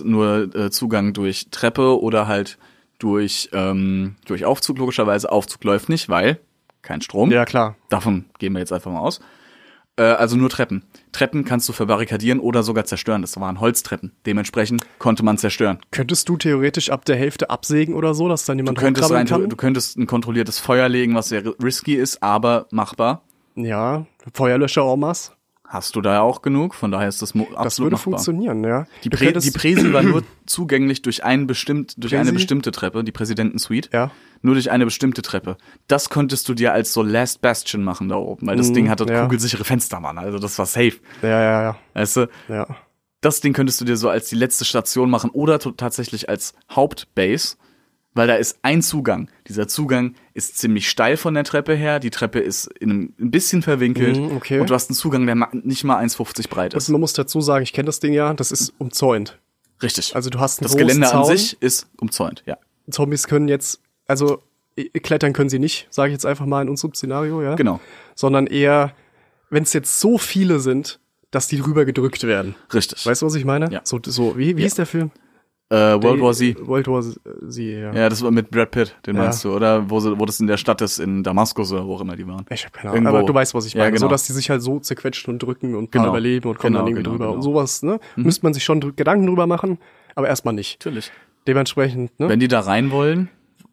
nur Zugang durch Treppe oder halt durch Aufzug, logischerweise. Aufzug läuft nicht, weil kein Strom. Ja, klar. Davon gehen wir jetzt einfach mal aus. Also nur Treppen. Treppen kannst du verbarrikadieren oder sogar zerstören. Das waren Holztreppen. Dementsprechend konnte man zerstören. Könntest du theoretisch ab der Hälfte absägen oder so, dass dann jemand hochkrabbeln kann? Du könntest ein kontrolliertes Feuer legen, was sehr risky ist, aber machbar. Ja, Feuerlöscher en masse. Hast du da ja auch genug, von daher ist das absolut Das würde machbar. funktionieren, ja. Die Du könntest- Presi war nur zugänglich durch eine Presi? bestimmte Treppe, die Präsidentensuite. Ja. Nur durch eine bestimmte Treppe. Das konntest du dir als so Last Bastion machen da oben, weil das Ding hatte ja. kugelsichere Fenster, Mann. Also das war safe. Ja. Weißt du? Ja. Das Ding könntest du dir so als die letzte Station machen oder tatsächlich als Hauptbase, weil da ist ein Zugang. Dieser Zugang ist ziemlich steil von der Treppe her. Die Treppe ist ein bisschen verwinkelt. Okay. Und du hast einen Zugang, der nicht mal 1,50 breit ist. Also man muss dazu sagen, ich kenne das Ding ja, das ist umzäunt. Richtig. Also du hast einen das großen Gelände Zaun. an sich ist umzäunt, ja. Zombies können jetzt, also klettern können sie nicht, sage ich jetzt einfach mal in unserem Szenario, ja. Genau. Sondern eher, wenn es jetzt so viele sind, dass die drüber gedrückt werden. Richtig. Weißt du, was ich meine? Ja. Wie hieß der Film? World War Z. World War Z, ja. Ja, das war mit Brad Pitt, den Ja. meinst du, oder? Wo das in der Stadt ist, in Damaskus oder wo auch immer die waren. Ich hab keine Ahnung, Irgendwo. aber du weißt, was ich meine. Ja, genau. So, dass die sich halt so zerquetschen und drücken und ein paar Genau. überleben und kommen Genau, dann irgendwie genau, drüber. genau. Und sowas, ne? Müsste man sich schon Gedanken drüber machen, aber erstmal nicht. Natürlich. Dementsprechend, ne? Wenn die da rein wollen,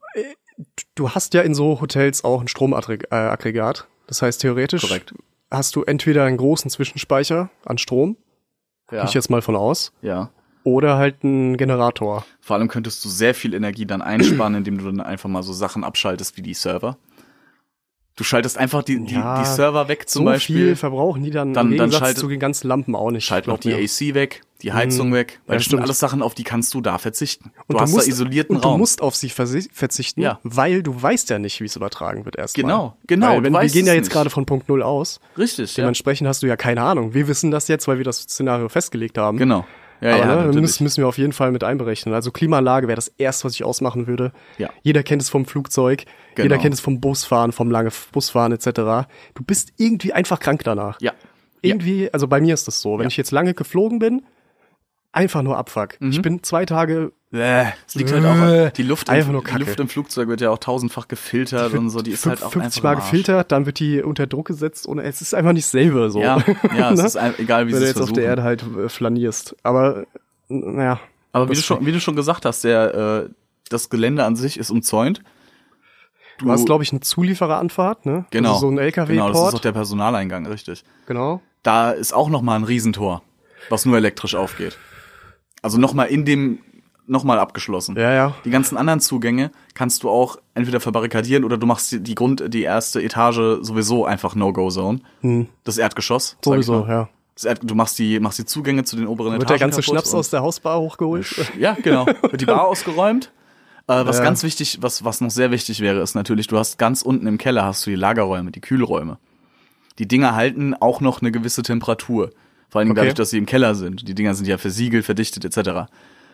Du hast ja in so Hotels auch ein Stromaggregat. Das heißt, theoretisch Korrekt. hast du entweder einen großen Zwischenspeicher an Strom, gehe ich jetzt mal von aus, ja. oder halt einen Generator. Vor allem könntest du sehr viel Energie dann einsparen, indem du dann einfach mal so Sachen abschaltest wie die Server. Du schaltest einfach die Server weg zum so Beispiel. viel verbrauchen die dann im Gegensatz schaltet- zu den ganzen Lampen auch nicht. Schalt noch glaub die mir. AC weg, die Heizung weg. Weil Ja, das sind stimmt. alles Sachen, auf die kannst du da verzichten. Und Du hast da isolierten und Raum. du musst auf sie verzichten, Ja. weil du weißt ja nicht, wie es übertragen wird erstmal. Genau, Weil du wir weißt gehen ja es jetzt nicht. gerade von Punkt 0 aus. Richtig, ja. Dementsprechend hast du ja keine Ahnung. Wir wissen das jetzt, weil wir das Szenario festgelegt haben. Genau. Ja, Aber ne, natürlich. müssen wir auf jeden Fall mit einberechnen. Also Klimaanlage wäre das Erste, was ich ausmachen würde. Ja. Jeder kennt es vom Flugzeug, Genau. jeder kennt es vom Busfahren, vom lange Busfahren etc. Du bist irgendwie einfach krank danach. Ja. Irgendwie, also bei mir ist das so. Wenn Ja. ich jetzt lange geflogen bin, einfach nur Abfuck. Ich bin 2 Tage. Es liegt halt auch an, die Luft Einfach nur die Kacke. Luft im Flugzeug wird ja auch tausendfach gefiltert und so, die ist halt auch 50 einfach Mal im Arsch. gefiltert, dann wird die unter Druck gesetzt und es ist einfach nicht selber so. Ja, es Ne? ist egal, wie Wenn sie du es jetzt auf der versuchen. Erde halt flanierst. Aber naja. Aber wie du schon gesagt hast, das Gelände an sich ist umzäunt. Du hast, glaube ich, eine Zuliefereranfahrt, ne? Genau. Also so ein LKW-Port. Genau, das ist auch der Personaleingang, richtig. Genau. Da ist auch nochmal ein Riesentor, was nur elektrisch aufgeht. Also nochmal abgeschlossen. Ja, ja. Die ganzen anderen Zugänge kannst du auch entweder verbarrikadieren oder du machst die erste Etage sowieso einfach No-Go-Zone. Das Erdgeschoss. sag ich Sowieso, mal. ja. Du machst die Zugänge zu den oberen Wird Etagen der ganze kaputt Schnaps und- aus der Hausbar hochgeholt? Ja, genau. Wird die Bar ausgeräumt. Was Ja. ganz wichtig, was noch sehr wichtig wäre, ist natürlich, du hast ganz unten im Keller hast du die Lagerräume, die Kühlräume. Die Dinger halten auch noch eine gewisse Temperatur. Vor allen Dingen Okay. dadurch, dass sie im Keller sind. Die Dinger sind ja versiegelt, verdichtet etc.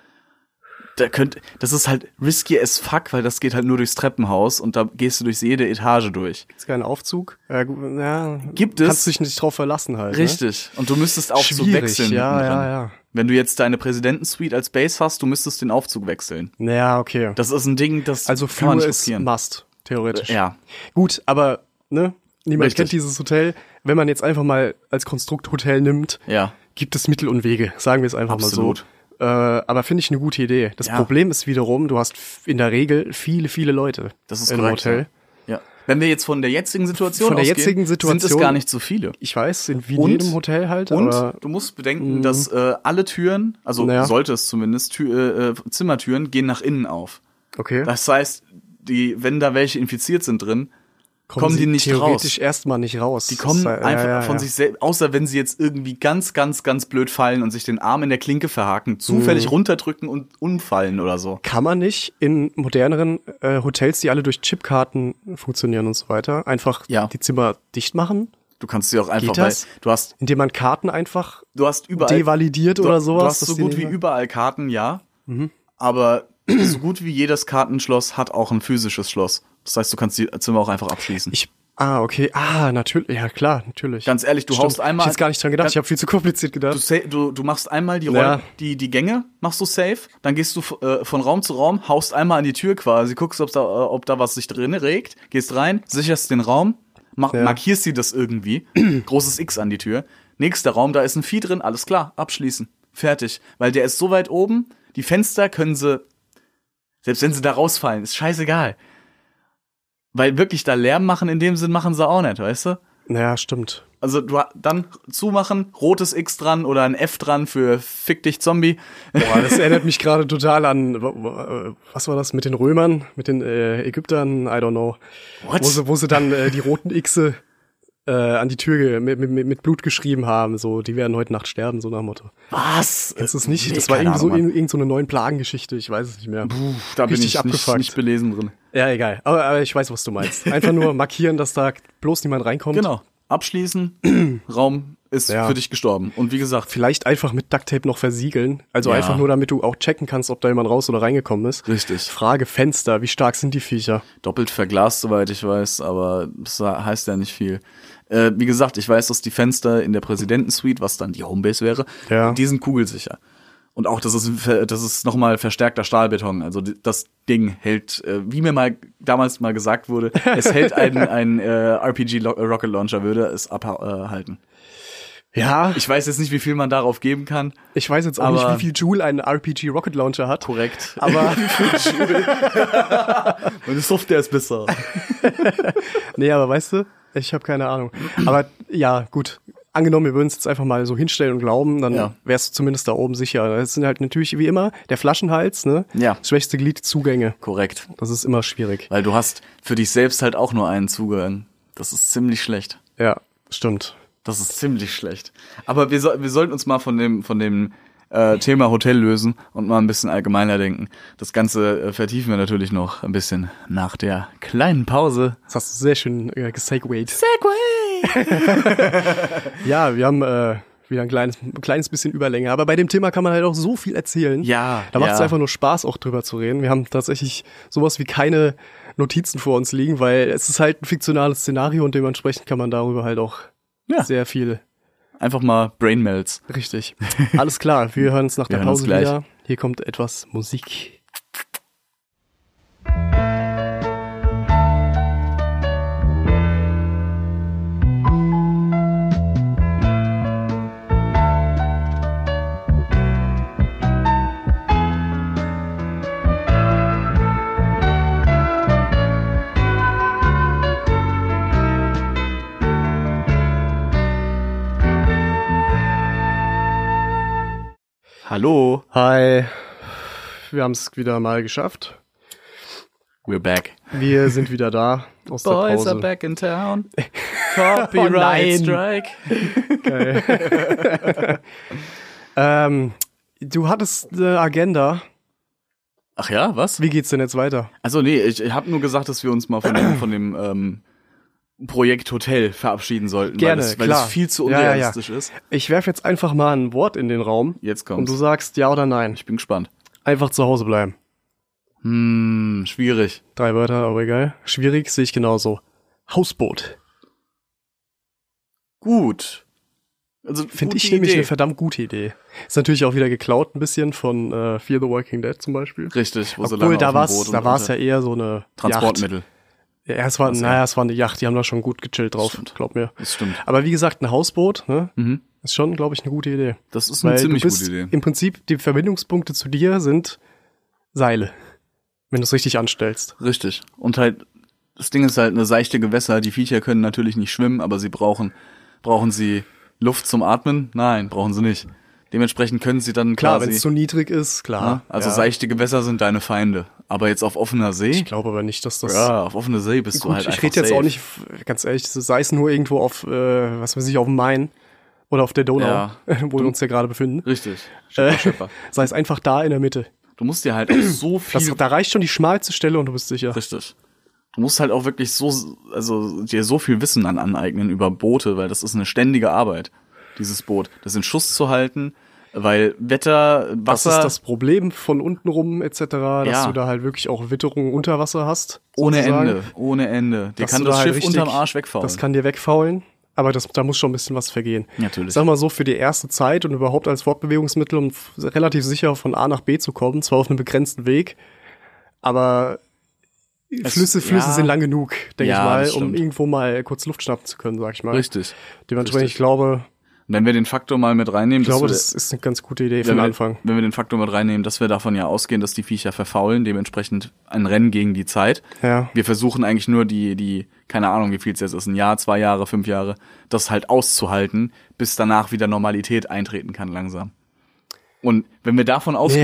Das ist halt risky as fuck, weil das geht halt nur durchs Treppenhaus und da gehst du durch jede Etage durch. Ist kein Aufzug? Ja, Gibt es? Kannst dich nicht drauf verlassen halt. Richtig. Und du müsstest Aufzug Schwierig, wechseln. ja, hinten dran. ja. Wenn du jetzt deine Präsidentensuite als Base hast, du müsstest den Aufzug wechseln. Ne? Ja, okay. Das ist ein Ding, das Also kann man Flur nicht ist riskieren. Must, theoretisch. Ja. Gut, aber ne, niemand Richtig. kennt dieses Hotel. Wenn man jetzt einfach mal als Konstrukt Hotel nimmt, Ja. gibt es Mittel und Wege, sagen wir es einfach Absolut. mal so. Aber finde ich eine gute Idee. Das Ja. Problem ist wiederum, du hast in der Regel viele Leute Das ist im korrekt. Hotel. Ja. Wenn wir jetzt von der jetzigen Situation Von der ausgehen, jetzigen sind es Situation- gar nicht so viele. Ich weiß, in wie Und- jedem Hotel halt, Und aber du musst bedenken, dass alle Türen, also Naja. sollte es zumindest, Zimmertüren gehen nach innen auf. okay. Das heißt, wenn da welche infiziert sind drin, kommen sie die nicht theoretisch raus. erstmal nicht raus. Die kommen Das ist- einfach von ja. sich selbst, außer wenn sie jetzt irgendwie ganz blöd fallen und sich den Arm in der Klinke verhaken, zufällig runterdrücken und umfallen oder so. Kann man nicht in moderneren Hotels, die alle durch Chipkarten funktionieren und so weiter, einfach Ja. die Zimmer dicht machen, Du kannst sie auch einfach, Geht das? weil indem man Karten einfach du hast überall devalidiert oder sowas? Du hast so dass die gut wie nicht- überall Karten, ja. Aber so gut wie jedes Kartenschloss hat auch ein physisches Schloss. Das heißt, du kannst die Zimmer auch einfach abschließen. Okay. natürlich. Ja, klar, natürlich. Ganz ehrlich, du haust einmal- Ich hab jetzt gar nicht dran gedacht. Ich habe viel zu kompliziert gedacht. Du machst einmal die Ja. Räume, die Gänge machst du safe, dann gehst du von Raum zu Raum, haust einmal an die Tür quasi, guckst, ob da was sich drin regt, gehst rein, sicherst den Raum, markierst sie das irgendwie, großes X an die Tür, nächster Raum, da ist ein Vieh drin, alles klar, abschließen, fertig. Weil der ist so weit oben, die Fenster können sie, selbst wenn sie da rausfallen, ist scheißegal. Weil wirklich da Lärm machen, in dem Sinn machen sie auch nicht, weißt du? Naja, stimmt. Also dann zumachen, rotes X dran oder ein F dran für Fick dich Zombie. Boah, das erinnert mich gerade total an, was war das, mit den Römern, mit den Ägyptern, I don't know. What? Wo sie dann die roten Xe an die Tür mit Blut geschrieben haben, so, die werden heute Nacht sterben, so nach dem Motto. Was? Kennst du es nicht? Nee, Das war keine irgendwie so Ahnung, Mann. irgend so eine neuen Plagengeschichte, ich weiß es nicht mehr. Da bin richtig ich abgefuckt. nicht belesen drin. Ja, egal. Aber ich weiß, was du meinst. Einfach nur markieren, dass da bloß niemand reinkommt. Genau. Abschließen, Raum ist Ja. für dich gestorben. Und wie gesagt, Vielleicht einfach mit Ducktape noch versiegeln. Also Ja. einfach nur, damit du auch checken kannst, ob da jemand raus oder reingekommen ist. Richtig. Frage Fenster, wie stark sind die Viecher? doppelt verglast, soweit ich weiß, aber das heißt ja nicht viel. Wie gesagt, ich weiß, dass die Fenster in der Präsidentensuite, was dann die Homebase wäre, Ja. die sind kugelsicher. Und auch das ist nochmal verstärkter Stahlbeton. Also das Ding hält, wie mir damals mal gesagt wurde, es hält ein RPG Rocket Launcher würde es abhalten. Ja, Ich weiß jetzt nicht, wie viel man darauf geben kann. ich weiß jetzt auch Aber- nicht, wie viel Joule ein RPG Rocket Launcher hat. Korrekt. Aber Meine Software ist besser. nee, aber weißt du, ich habe keine Ahnung. Aber ja, gut. Angenommen, wir würden es jetzt einfach mal so hinstellen und glauben, dann Ja. wärst du zumindest da oben sicher. Das sind halt natürlich wie immer der Flaschenhals, ne? Ja. Das schwächste Glied, Zugänge. Korrekt. Das ist immer schwierig. Weil du hast für dich selbst halt auch nur einen Zugang. Das ist ziemlich schlecht. Ja, stimmt. Das ist ziemlich schlecht. Aber wir sollten uns mal von dem Thema Hotel lösen und mal ein bisschen allgemeiner denken. Das Ganze vertiefen wir natürlich noch ein bisschen nach der kleinen Pause. Das hast du sehr schön gesegwayt. Segway! Ja, wir haben wieder ein kleines bisschen Überlänge. Aber bei dem Thema kann man halt auch so viel erzählen. Ja. Da macht es einfach nur Spaß, auch drüber zu reden. Wir haben tatsächlich sowas wie keine Notizen vor uns liegen, weil es ist halt ein fiktionales Szenario und dementsprechend kann man darüber halt auch sehr viel. Einfach mal Brainmelts. Richtig. Alles klar, wir hören uns nach der Pause wieder. Hier kommt etwas Musik. Hallo. Hi. Wir haben es wieder mal geschafft. We're back. Wir sind wieder da aus der Boys Pause. are back in town. Copyright Strike. Geil. Du hattest eine Agenda. Ach ja, was? Wie geht's denn jetzt weiter? Also nee, ich habe nur gesagt, dass wir uns mal von dem Projekt Hotel verabschieden sollten. Gerne, weil es viel zu unrealistisch ist. Ich werfe jetzt einfach mal ein Wort in den Raum. Jetzt kommt's. Und du sagst ja oder nein. Ich bin gespannt. Einfach zu Hause bleiben. Schwierig. 3 Wörter, aber egal. Schwierig, sehe ich genauso. Hausboot. Gut. Also Finde ich nämlich eine verdammt gute Idee. Ist natürlich auch wieder geklaut ein bisschen von Fear the Walking Dead zum Beispiel. Richtig. Wo Obwohl, da war es ja eher so eine Transportmittel. Yacht. Ja, es war eine Yacht, die haben da schon gut gechillt drauf, glaub mir. Das stimmt. Aber wie gesagt, ein Hausboot, ne? Ist schon, glaube ich, eine gute Idee. Das ist eine ziemlich gute Idee. Im Prinzip, die Verbindungspunkte zu dir sind Seile, wenn du es richtig anstellst. Richtig. Und halt, das Ding ist halt eine seichte Gewässer. Die Viecher können natürlich nicht schwimmen, aber sie brauchen sie Luft zum Atmen? Nein, brauchen sie nicht. Dementsprechend können sie dann Klar, quasi... wenn es zu niedrig ist, klar. Ja, also seichte Gewässer sind deine Feinde. Aber jetzt auf offener See? Ich glaube aber nicht, dass das... Ja, auf offener See bist du halt einfach ich rede jetzt safe. auch nicht, ganz ehrlich, sei es nur irgendwo auf, was weiß ich, auf dem Main oder auf der Donau, wo wir uns ja gerade befinden. Richtig. Sei es einfach da in der Mitte. Du musst dir halt auch so viel... Da reicht schon die schmalste Stelle und du bist sicher. Richtig. Du musst halt auch wirklich dir so viel Wissen aneignen über Boote, weil das ist eine ständige Arbeit, dieses Boot. Das in Schuss zu halten, weil Wetter, Wasser... Das ist das Problem von unten rum etc., dass du da halt wirklich auch Witterung unter Wasser hast. Ohne Ende. Dir kann das Schiff unterm Arsch wegfaulen. Das kann dir wegfaulen, aber da muss schon ein bisschen was vergehen. Natürlich. Sag mal so, für die erste Zeit und überhaupt als Fortbewegungsmittel, um relativ sicher von A nach B zu kommen, zwar auf einem begrenzten Weg, aber Flüsse sind lang genug, denke ich mal, um irgendwo mal kurz Luft schnappen zu können, sag ich mal. Richtig. Dementsprechend, ich glaube... Wenn wir den Faktor mal mit reinnehmen... Ich glaube, das ist eine ganz gute Idee für den Anfang. Wenn wir den Faktor mit reinnehmen, dass wir davon ja ausgehen, dass die Viecher verfaulen, dementsprechend ein Rennen gegen die Zeit. Ja. Wir versuchen eigentlich nur die keine Ahnung, wie viel es jetzt ist, 1 Jahr, 2 Jahre, 5 Jahre, das halt auszuhalten, bis danach wieder Normalität eintreten kann langsam. Und wenn wir davon ausgehen,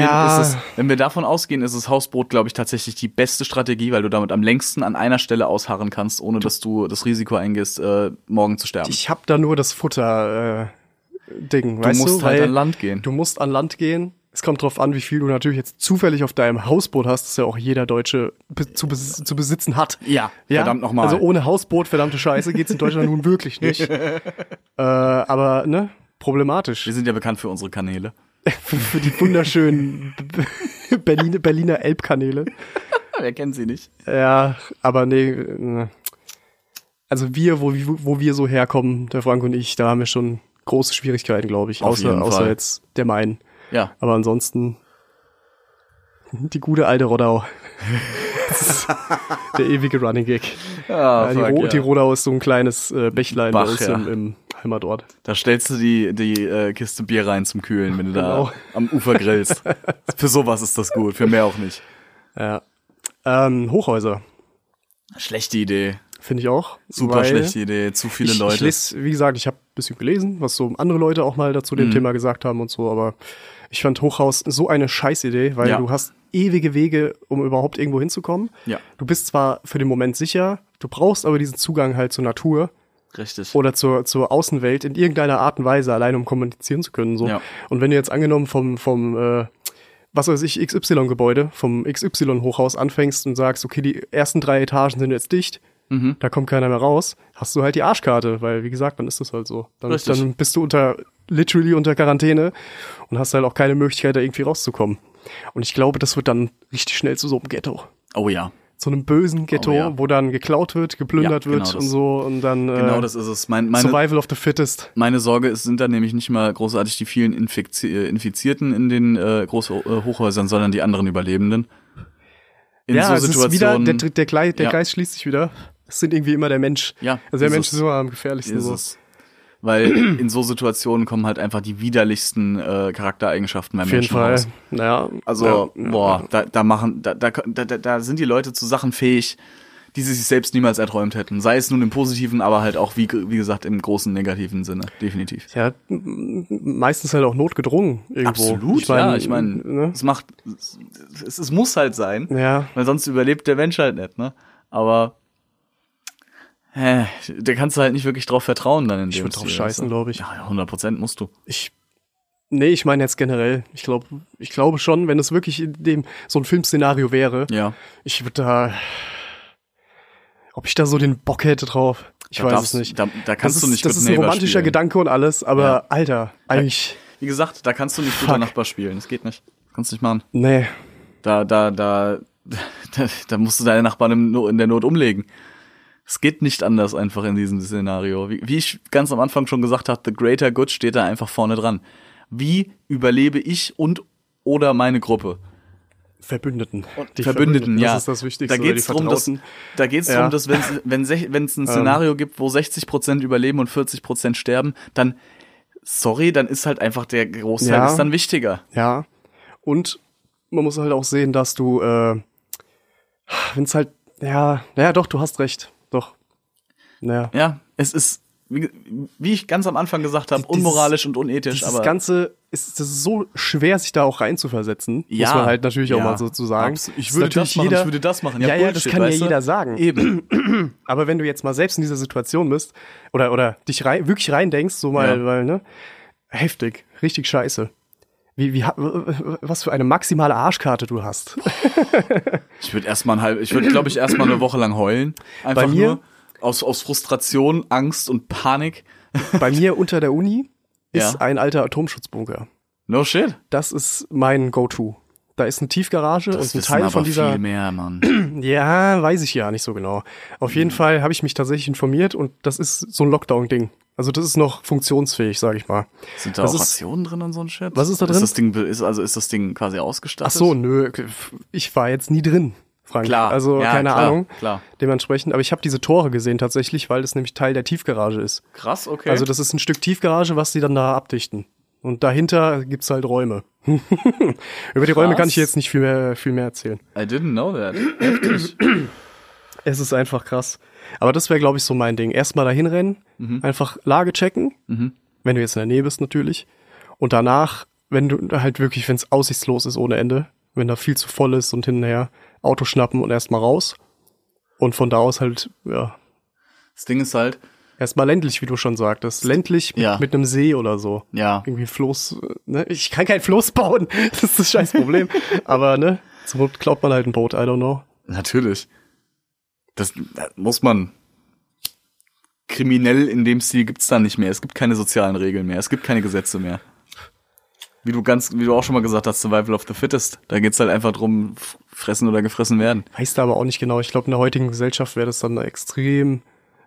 ist das Hausboot, glaube ich, tatsächlich die beste Strategie, weil du damit am längsten an einer Stelle ausharren kannst, ohne dass du das Risiko eingehst, morgen zu sterben. Ich hab da nur das Futter-Ding, weißt du? Du musst halt an Land gehen. Du musst an Land gehen. Es kommt drauf an, wie viel du natürlich jetzt zufällig auf deinem Hausboot hast, das ja auch jeder Deutsche zu besitzen hat. Ja, verdammt nochmal. Also ohne Hausboot, verdammte Scheiße, geht's in Deutschland nun wirklich nicht. Aber, ne, problematisch. Wir sind ja bekannt für unsere Kanäle. Für die wunderschönen Berliner Elbkanäle. Wer kennt sie nicht? Ja, aber nee. Also wo wir so herkommen, der Frank und ich, da haben wir schon große Schwierigkeiten, glaube ich. Außer jetzt der Main. Ja. Aber ansonsten die gute alte Rodau. Der ewige Running Gag. Die Rodau ist so ein kleines Bächlein bei uns im Heimatort. Da stellst du die Kiste Bier rein zum Kühlen, wenn du da am Ufer grillst. Für sowas ist das gut, für mehr auch nicht. Ja. Hochhäuser. Schlechte Idee. Finde ich auch. Super schlechte Idee, zu viele Leute. Ich lese, wie gesagt, ich habe ein bisschen gelesen, was so andere Leute auch mal dazu dem Thema gesagt haben und so, aber ich fand Hochhaus so eine Scheißidee, weil du hast ewige Wege, um überhaupt irgendwo hinzukommen. Ja. Du bist zwar für den Moment sicher, Du brauchst aber diesen Zugang halt zur Natur Richtig. oder zur Außenwelt in irgendeiner Art und Weise, allein um kommunizieren zu können. So. Ja. Und wenn du jetzt angenommen vom was weiß ich, XY-Gebäude, vom XY-Hochhaus anfängst und sagst, okay, die ersten 3 Etagen sind jetzt dicht, da kommt keiner mehr raus, hast du halt die Arschkarte, weil, wie gesagt, dann ist das halt so. Dann bist du literally unter Quarantäne und hast halt auch keine Möglichkeit, da irgendwie rauszukommen. Und ich glaube, das wird dann richtig schnell zu so einem Ghetto. Oh ja. Zu einem bösen Ghetto, wo dann geklaut wird, geplündert wird das. und so und dann Genau, das ist es. Survival of the Fittest. Meine Sorge sind dann nämlich nicht mal großartig die vielen Infizierten in den Hochhäusern, sondern die anderen Überlebenden. In so es Situationen. ist wieder, der Kreis schließt sich wieder. Es sind irgendwie immer der Mensch. Ja, also der Mensch ist immer am gefährlichsten. Ist So. es. Weil in so Situationen kommen halt einfach die widerlichsten Charaktereigenschaften beim Auf jeden Menschen Fall. raus. Ja. Also, ja. Da sind die Leute zu Sachen fähig, die sie sich selbst niemals erträumt hätten. Sei es nun im Positiven, aber halt auch, wie gesagt, im großen negativen Sinne. Definitiv. Ja, meistens halt auch notgedrungen irgendwo. Absolut, ich meine, ne? es muss halt sein, Ja. weil sonst überlebt der Mensch halt nicht, ne? Aber da kannst du halt nicht wirklich drauf vertrauen dann in dem Ich würde drauf Stil, scheißen, weißt du? glaube ich. Ja, 100% musst du. Ich meine jetzt generell. Ich glaube schon, wenn es wirklich in dem so ein Filmszenario wäre, Ja. ich würde ob ich da so den Bock hätte drauf. Ich weiß es nicht. Da kannst du nicht das Good ist ein Neighbor romantischer spielen. Gedanke und alles, aber Ja. Alter, eigentlich, Wie gesagt, da kannst du nicht guter Nachbar spielen. Das geht nicht. Kannst nicht machen. nee. Da musst du deine Nachbarn in der Not umlegen. Es geht nicht anders einfach in diesem Szenario. Wie ich ganz am Anfang schon gesagt habe, the greater good steht da einfach vorne dran. Wie überlebe ich oder meine Gruppe? Verbündeten. Die Verbündeten, ja. Das ist das Wichtigste. Da geht's drum, dass wenn es ein Szenario gibt, wo 60% überleben und 40% sterben, dann ist halt einfach der Großteil ist dann wichtiger. Ja. Und man muss halt auch sehen, dass du, wenn es halt, doch, du hast recht. Doch. Naja. Ja, es ist, wie ich ganz am Anfang gesagt habe, unmoralisch und unethisch. Das aber Ganze das ist so schwer, sich da auch reinzuversetzen. Ja, muss man halt natürlich auch ja, mal so zu sagen. Ich würde das machen, ich würde das machen. Ja, das kann ja jeder sagen. Eben. Aber wenn du jetzt mal selbst in dieser Situation bist oder dich wirklich reindenkst, so mal, weil, ne, heftig, richtig scheiße. Was für eine maximale Arschkarte du hast. Ich würde glaube ich, erstmal eine Woche lang heulen. Einfach Bei mir? nur aus Frustration, Angst und Panik. Bei mir unter der Uni ist Ja. ein alter Atomschutzbunker. No shit. Das ist mein Go-To. Da ist eine Tiefgarage und ein wissen Teil aber von dieser. viel mehr, Mann. Ja, weiß ich ja nicht so genau. Auf jeden Fall habe ich mich tatsächlich informiert und das ist so ein Lockdown-Ding. Also das ist noch funktionsfähig, sag ich mal. Sind da Das auch ist- Rationen drin und so ein Shit? Was ist da drin? Ist das Ding quasi ausgestattet? Ach so, nö, ich war jetzt nie drin, Frank. Klar. Also Ja, keine klar, Ahnung. klar. Dementsprechend, aber ich habe diese Tore gesehen tatsächlich, weil das nämlich Teil der Tiefgarage ist. Krass, okay. Also das ist ein Stück Tiefgarage, was die dann da abdichten. Und dahinter gibt's halt Räume. Über die Räume kann ich jetzt nicht viel mehr erzählen. I didn't know that. Heftig. Es ist einfach krass. Aber das wäre, glaube ich, so mein Ding. Erstmal dahin rennen, einfach Lage checken, wenn du jetzt in der Nähe bist natürlich. Und danach, wenn du halt wirklich, wenn es aussichtslos ist ohne Ende, wenn da viel zu voll ist und hinterher Auto schnappen und erstmal raus. Und von da aus halt, ja, Das Ding ist halt, erstmal ländlich, wie du schon sagtest. Ländlich Ja. mit einem See oder so. ja, Irgendwie Floß, ne? Ich kann kein Floß bauen. Das ist das scheiß Problem. Aber, ne? Zur Not klaut man halt ein Boot, I don't know. natürlich. Das muss man. Kriminell in dem Stil gibt's da nicht mehr. Es gibt keine sozialen Regeln mehr. Es gibt keine Gesetze mehr. Wie du auch schon mal gesagt hast, Survival of the Fittest. Da geht's halt einfach drum, fressen oder gefressen werden. Weiß da aber auch nicht genau. Ich glaube, in der heutigen Gesellschaft wäre das dann extrem.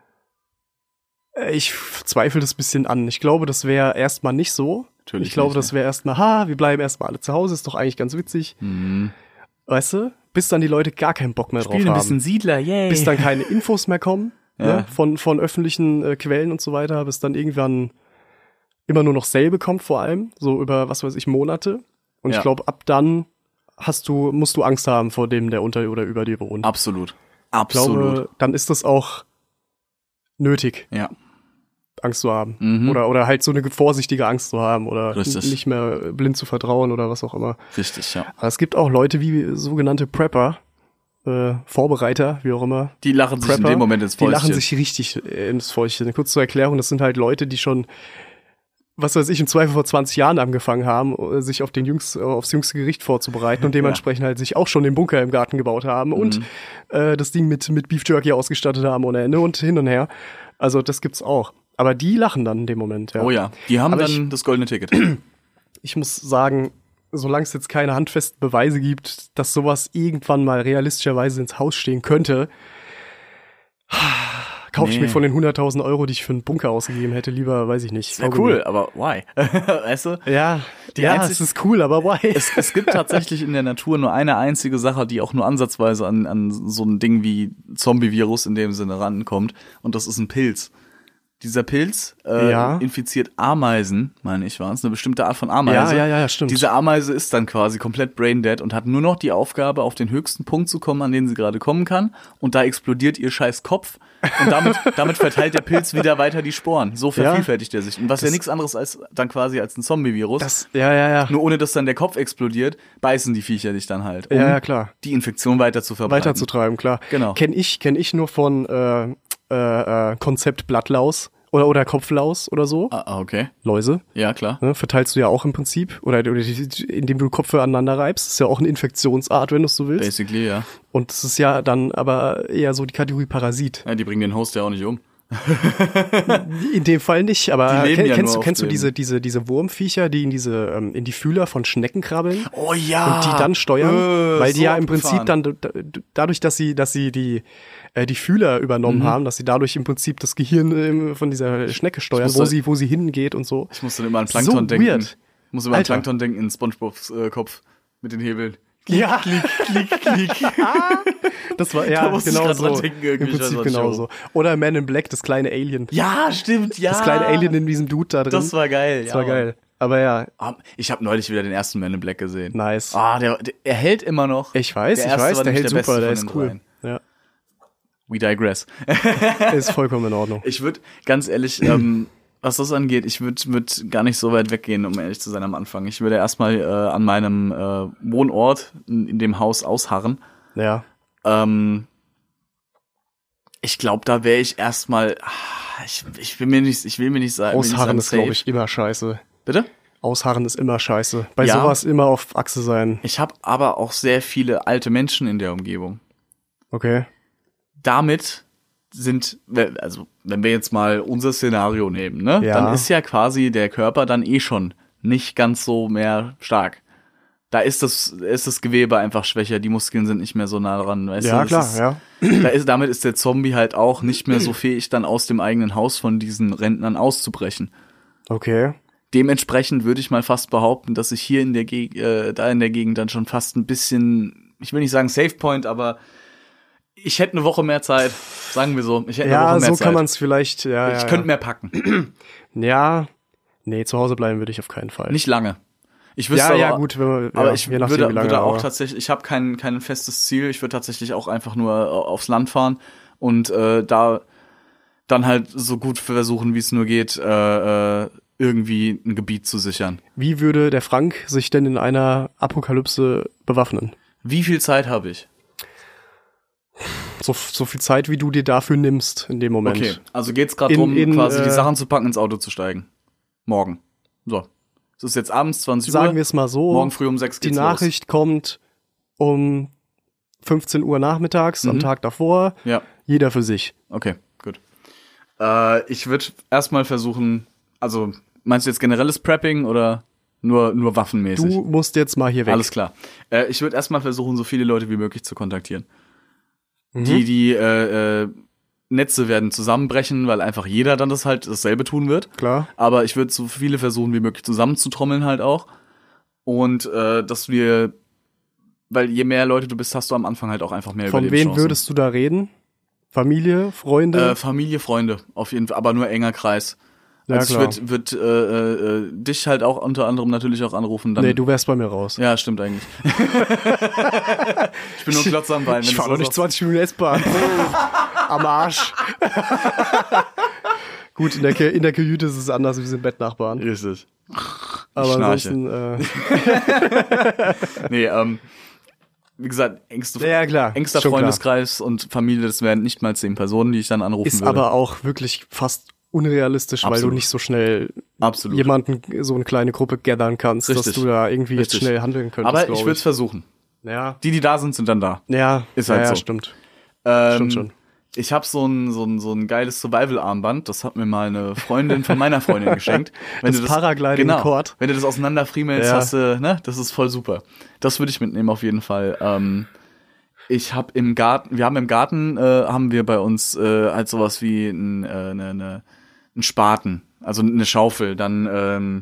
Ich zweifle das ein bisschen an. Ich glaube, das wäre erstmal nicht so. Natürlich Ich glaube, nicht, das wäre erstmal, wir bleiben erstmal alle zu Hause, ist doch eigentlich ganz witzig. Weißt du? Bis dann die Leute gar keinen Bock mehr drauf haben. Siedler, yay. Bis dann keine Infos mehr kommen, Ja. ne? Von öffentlichen Quellen und so weiter, bis dann irgendwann immer nur noch selbe kommt vor allem, so über, was weiß ich, Monate. Und Ja. ich glaube, ab dann musst du Angst haben vor dem, der unter oder über dir wohnt. Absolut. Ich glaube, dann ist das auch nötig, Ja. Angst zu haben. Oder halt so eine vorsichtige Angst zu haben oder Richtig. nicht mehr blind zu vertrauen oder was auch immer. Richtig, ja. Aber es gibt auch Leute wie sogenannte Prepper, Vorbereiter, wie auch immer. Die lachen sich in dem Moment ins Fäustchen. Die lachen sich richtig ins Fäustchen. Kurz zur Erklärung, das sind halt Leute, die schon, was weiß ich, im Zweifel vor 20 Jahren angefangen haben, sich aufs jüngste Gericht vorzubereiten und dementsprechend halt sich auch schon den Bunker im Garten gebaut haben und das Ding mit Beef Jerky ausgestattet haben ohne Ende und hin und her. Also das gibt's auch. Aber die lachen dann in dem Moment, ja. Oh ja, die haben dann das goldene Ticket. Ich muss sagen, solange es jetzt keine handfesten Beweise gibt, dass sowas irgendwann mal realistischerweise ins Haus stehen könnte, kaufe ich mir von den 100.000 Euro, die ich für einen Bunker ausgegeben hätte, lieber, weiß ich nicht. Sehr cool, aber why? Weißt du? Ja, es ist cool, aber why? Es gibt tatsächlich in der Natur nur eine einzige Sache, die auch nur ansatzweise an so ein Ding wie Zombie-Virus in dem Sinne rankommt, und das ist ein Pilz. Dieser Pilz infiziert Ameisen, meine ich, war es, eine bestimmte Art von Ameise. Ja, stimmt. Diese Ameise ist dann quasi komplett braindead und hat nur noch die Aufgabe, auf den höchsten Punkt zu kommen, an den sie gerade kommen kann. Und da explodiert ihr scheiß Kopf. Und damit verteilt der Pilz wieder weiter die Sporen. So vervielfältigt er sich. Und was ja nichts anderes als dann quasi als ein Zombie-Virus. Nur ohne, dass dann der Kopf explodiert, beißen die Viecher dich dann halt. Um klar. die Infektion weiter zu verbreiten. Weiterzutreiben, klar. Genau. Kenn ich nur von Konzept Blattlaus oder Kopflaus oder so. Okay. Läuse. Ja, klar. Ne, verteilst du ja auch im Prinzip. Oder indem du Kopfe aneinander reibst. Das ist ja auch eine Infektionsart, wenn du es so willst. Basically, ja. Und es ist ja dann aber eher so die Kategorie Parasit. Ja, die bringen den Host ja auch nicht um. In dem Fall nicht, aber kennst du diese Wurmviecher, die in die Fühler von Schnecken krabbeln? Oh ja. Und die dann steuern? Weil die so ja im Prinzip dann, dadurch, dass sie die Fühler übernommen haben, dass sie dadurch im Prinzip das Gehirn von dieser Schnecke steuern, wo sie hingeht und so. Ich muss dann immer an Plankton denken. Weird. Ich muss immer an Plankton denken in SpongeBobs Kopf mit den Hebeln. Ja. Klick, klick, klick. Das war Da musste ich genau grad so. dran denken, irgendwie. Im Prinzip genau so. Oder Man in Black, das kleine Alien. Ja, stimmt, ja. Das kleine Alien in diesem Dude da drin. Das war geil. Das war geil. Aber ja. Ich habe neulich wieder den ersten Man in Black gesehen. Nice. Er hält immer noch. Ich weiß, der hält super, der ist cool. Ja. We digress. Ist vollkommen in Ordnung. Ich würde, ganz ehrlich, was das angeht, ich würde gar nicht so weit weggehen, um ehrlich zu sein am Anfang. Ich würde erstmal an meinem Wohnort in dem Haus ausharren. Ja. Ich glaube, da wäre ich erstmal, ich will mir nicht sagen. Ausharren ist, glaube ich, immer scheiße. Bitte? Ausharren ist immer scheiße. Bei sowas immer auf Achse sein. Ich habe aber auch sehr viele alte Menschen in der Umgebung. Okay. Damit wenn wir jetzt mal unser Szenario nehmen, ne, dann ist ja quasi der Körper dann schon nicht ganz so mehr stark. Da ist das Gewebe einfach schwächer, die Muskeln sind nicht mehr so nah dran. Weißt du? Klar. Damit ist der Zombie halt auch nicht mehr so fähig, dann aus dem eigenen Haus von diesen Rentnern auszubrechen. Okay. Dementsprechend würde ich mal fast behaupten, dass ich hier in der Gegend dann schon fast ein bisschen, ich will nicht sagen Safe Point, aber ich hätte eine Woche mehr Zeit, sagen wir so. Ich hätte eine Woche mehr Zeit. Ja, so kann man es vielleicht, Ich könnte mehr packen. Nee, zu Hause bleiben würde ich auf keinen Fall. Nicht lange. Ich wüsste gut, aber ich würde auch tatsächlich, ich habe kein festes Ziel, ich würde tatsächlich auch einfach nur aufs Land fahren und da dann halt so gut versuchen, wie es nur geht, irgendwie ein Gebiet zu sichern. Wie würde der Frank sich denn in einer Apokalypse bewaffnen? Wie viel Zeit habe ich? So viel Zeit, wie du dir dafür nimmst in dem Moment. Okay, also geht's gerade darum, quasi die Sachen zu packen, ins Auto zu steigen. Morgen. So. Es ist jetzt abends 20 Uhr. Sagen wir es mal so. Morgen früh um 6 geht's Die Nachricht kommt um 15 Uhr nachmittags am Tag davor. Ja. Jeder für sich. Okay, gut. Ich würde erstmal versuchen, also meinst du jetzt generelles Prepping oder nur waffenmäßig? Du musst jetzt mal hier weg. Alles klar. Ich würde erstmal versuchen, so viele Leute wie möglich zu kontaktieren. Die Netze werden zusammenbrechen, weil einfach jeder dann dasselbe tun wird. Klar. Aber ich würde so viele versuchen wie möglich zusammenzutrommeln halt auch. Und dass wir, weil je mehr Leute du bist, hast du am Anfang halt auch einfach mehr Überlebenschancen. Von wem würdest du da reden? Familie, Freunde? Familie, Freunde, auf jeden Fall, aber nur enger Kreis. Ja, also klar. ich würde dich halt auch unter anderem natürlich auch anrufen. Dann, nee, du wärst bei mir raus. Ja, stimmt eigentlich. Ich bin nur ein Klotz am Bein. Ich fahr doch nicht 20 Minuten S-Bahn. Am Arsch. Gut, in der Kajüte ist es anders, wir sind Bettnachbarn. Richtig. Aber ansonsten, Nee, wie gesagt, Ja, klar. engster Schon Freundeskreis und Familie, das wären nicht mal 10 Personen, die ich dann anrufen Ist würde. aber auch wirklich fast unrealistisch, weil du Absolut. nicht so schnell Absolut. jemanden, so eine kleine Gruppe gathern kannst, Richtig. dass du da irgendwie jetzt Richtig. schnell handeln könntest, aber glaub ich würde es versuchen. Ja. Die da sind dann da. Ja. Ist halt ja, so. Stimmt. Ähm, Stimmt schon. Ich habe so ein geiles Survival-Armband, das hat mir mal eine Freundin von meiner Freundin geschenkt. Wenn Das du Paragliding-Cord. Wenn du das auseinanderfriemelst, Ja. hast du, ne, das ist voll super. Das würde ich mitnehmen auf jeden Fall. Ich habe im Garten, haben wir bei uns halt sowas wie ein Spaten, also eine Schaufel, dann